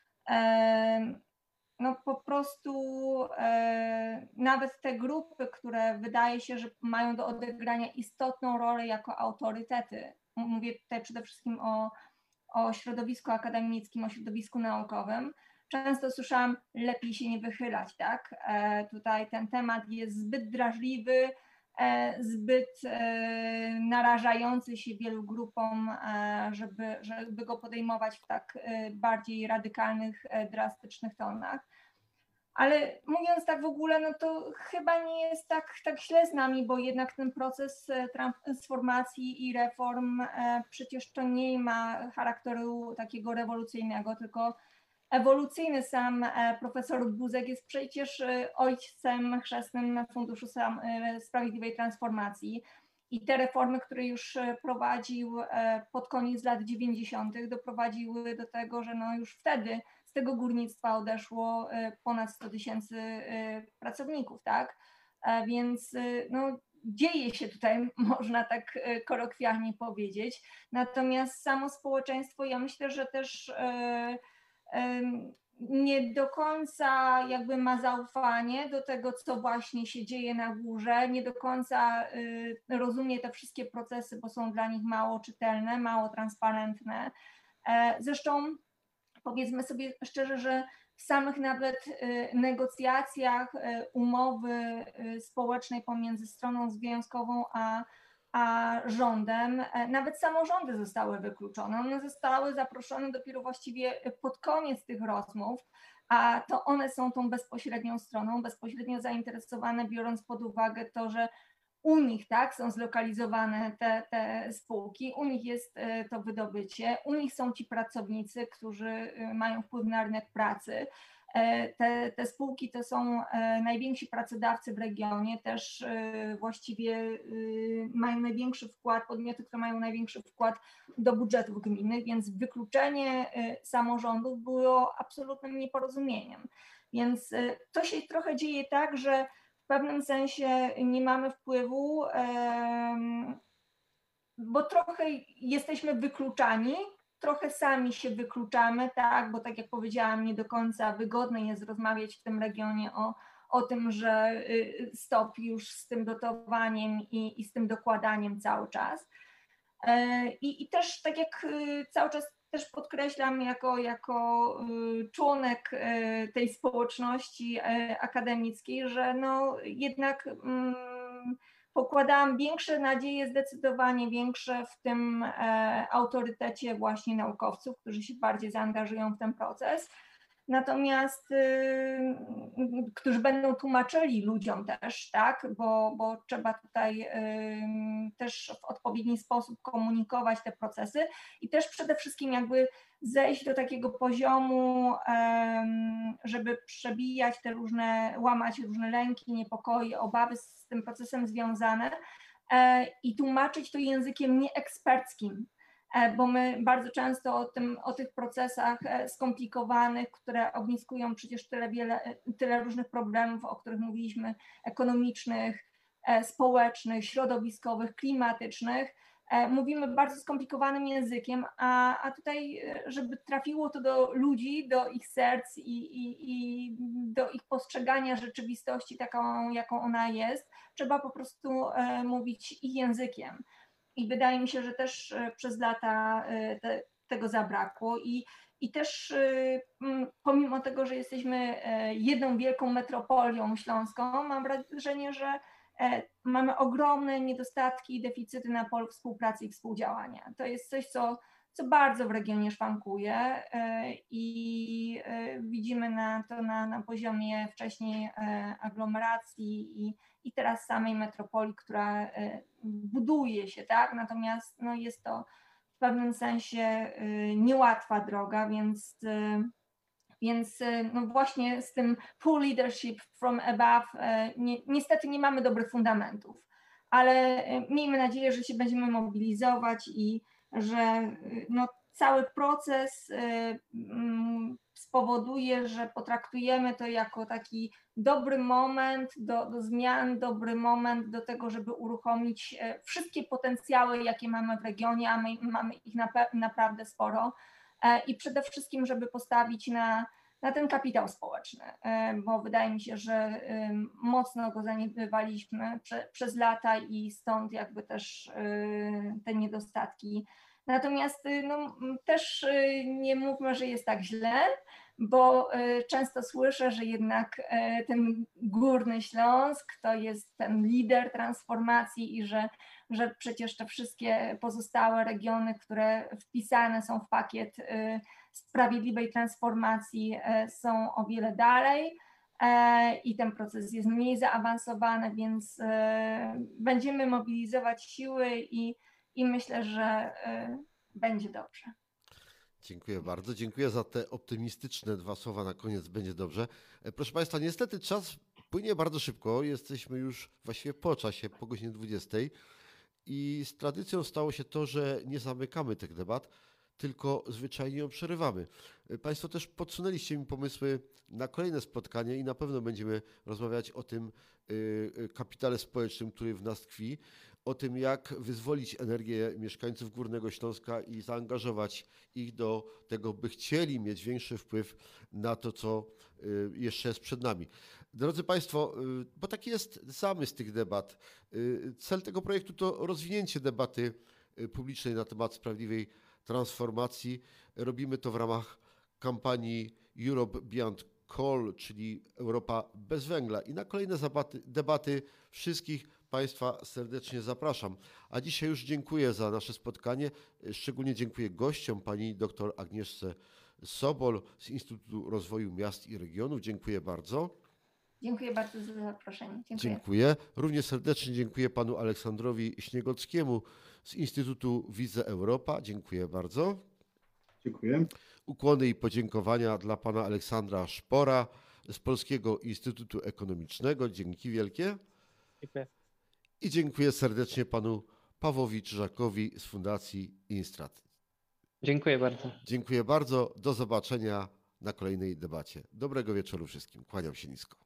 No po prostu nawet te grupy, które wydaje się, że mają do odegrania istotną rolę jako autorytety, mówię tutaj przede wszystkim o środowisku akademickim, o środowisku naukowym, często słyszałam, lepiej się nie wychylać, tak? Tutaj ten temat jest zbyt drażliwy, zbyt narażający się wielu grupom, żeby go podejmować w tak bardziej radykalnych, drastycznych tonach. Ale mówiąc tak w ogóle, no to chyba nie jest tak źle z nami, bo jednak ten proces transformacji i reform przecież to nie ma charakteru takiego rewolucyjnego, tylko ewolucyjny. Sam profesor Buzek jest przecież ojcem chrzestnym Funduszu Sprawiedliwej Transformacji i te reformy, które już prowadził pod koniec lat 90. doprowadziły do tego, że no już wtedy z tego górnictwa odeszło ponad 100 000 pracowników, tak? Więc no, dzieje się tutaj, można tak kolokwialnie powiedzieć. Natomiast samo społeczeństwo, ja myślę, że też nie do końca jakby ma zaufanie do tego, co właśnie się dzieje na górze, nie do końca rozumie te wszystkie procesy, bo są dla nich mało czytelne, mało transparentne. Zresztą powiedzmy sobie szczerze, że w samych nawet negocjacjach umowy społecznej pomiędzy stroną związkową a rządem, nawet samorządy zostały wykluczone. One zostały zaproszone dopiero właściwie pod koniec tych rozmów, a to one są tą bezpośrednią stroną, bezpośrednio zainteresowane, biorąc pod uwagę to, że u nich tak, są zlokalizowane te spółki, u nich jest to wydobycie, u nich są ci pracownicy, którzy mają wpływ na rynek pracy. Te spółki to są najwięksi pracodawcy w regionie, też właściwie mają największy wkład, podmioty, które mają największy wkład do budżetów gminnych, więc wykluczenie samorządów było absolutnym nieporozumieniem. Więc to się trochę dzieje tak, że w pewnym sensie nie mamy wpływu, bo trochę jesteśmy wykluczani, trochę sami się wykluczamy, tak, bo tak jak powiedziałam, nie do końca wygodne jest rozmawiać w tym regionie o tym, że stop już z tym dotowaniem i z tym dokładaniem cały czas. I też tak jak cały czas też podkreślam jako członek tej społeczności akademickiej, że no jednak pokładałam większe nadzieje, zdecydowanie większe w tym autorytecie właśnie naukowców, którzy się bardziej zaangażują w ten proces. Natomiast którzy będą tłumaczyli ludziom też, tak, bo trzeba tutaj też w odpowiedni sposób komunikować te procesy i też przede wszystkim jakby zejść do takiego poziomu, żeby przebijać te różne, łamać różne lęki, niepokoje, obawy z tym procesem związane i tłumaczyć to językiem nieeksperckim, bo my bardzo często o tych procesach skomplikowanych, które ogniskują przecież tyle różnych problemów, o których mówiliśmy, ekonomicznych, społecznych, środowiskowych, klimatycznych, mówimy bardzo skomplikowanym językiem, a tutaj, żeby trafiło to do ludzi, do ich serc i do ich postrzegania rzeczywistości taką, jaką ona jest, trzeba po prostu mówić ich językiem. I wydaje mi się, że też przez lata tego zabrakło i też pomimo tego, że jesteśmy jedną wielką metropolią śląską, mam wrażenie, że mamy ogromne niedostatki i deficyty na polu współpracy i współdziałania. To jest coś, co bardzo w regionie szwankuje i widzimy to na poziomie wcześniej aglomeracji i teraz samej metropolii, która buduje się, tak? Natomiast no, jest to w pewnym sensie niełatwa droga, więc no właśnie z tym poor leadership from above niestety nie mamy dobrych fundamentów, ale miejmy nadzieję, że się będziemy mobilizować i że no, cały proces spowoduje, że potraktujemy to jako taki dobry moment do zmian, dobry moment do tego, żeby uruchomić wszystkie potencjały, jakie mamy w regionie, a my mamy ich naprawdę sporo i przede wszystkim, żeby postawić na ten kapitał społeczny, bo wydaje mi się, że mocno go zaniedbywaliśmy przez lata i stąd jakby też te niedostatki. Natomiast no, też nie mówmy, że jest tak źle, bo często słyszę, że jednak ten Górny Śląsk to jest ten lider transformacji i że przecież te wszystkie pozostałe regiony, które wpisane są w pakiet sprawiedliwej transformacji, są o wiele dalej i ten proces jest mniej zaawansowany, więc będziemy mobilizować siły i myślę, że będzie dobrze. Dziękuję bardzo. Dziękuję za te optymistyczne 2 słowa na koniec. Będzie dobrze. Proszę Państwa, niestety czas płynie bardzo szybko. Jesteśmy już właściwie po czasie, po godzinie 20. I z tradycją stało się to, że nie zamykamy tych debat, tylko zwyczajnie ją przerywamy. Państwo też podsunęliście mi pomysły na kolejne spotkanie i na pewno będziemy rozmawiać o tym kapitale społecznym, który w nas tkwi. o tym, jak wyzwolić energię mieszkańców Górnego Śląska i zaangażować ich do tego, by chcieli mieć większy wpływ na to, co jeszcze jest przed nami. Drodzy Państwo, bo taki jest zamysł tych debat. Cel tego projektu to rozwinięcie debaty publicznej na temat sprawiedliwej transformacji. Robimy to w ramach kampanii Europe Beyond Coal, czyli Europa bez węgla. I na kolejne debaty wszystkich Państwa serdecznie zapraszam. A dzisiaj już dziękuję za nasze spotkanie. Szczególnie dziękuję gościom, pani dr Agnieszce Sobol z Instytutu Rozwoju Miast i Regionów. Dziękuję bardzo. Dziękuję bardzo za zaproszenie. Dziękuję. Również serdecznie dziękuję panu Aleksandrowi Śniegockiemu z Instytutu Widzę Europa. Dziękuję bardzo. Dziękuję. Ukłony i podziękowania dla pana Aleksandra Szpora z Polskiego Instytutu Ekonomicznego. Dzięki wielkie. Dziękuję. I dziękuję serdecznie panu Pawłowi Czyżakowi z Fundacji Instrat. Dziękuję bardzo. Dziękuję bardzo. Do zobaczenia na kolejnej debacie. Dobrego wieczoru wszystkim. Kłaniam się nisko.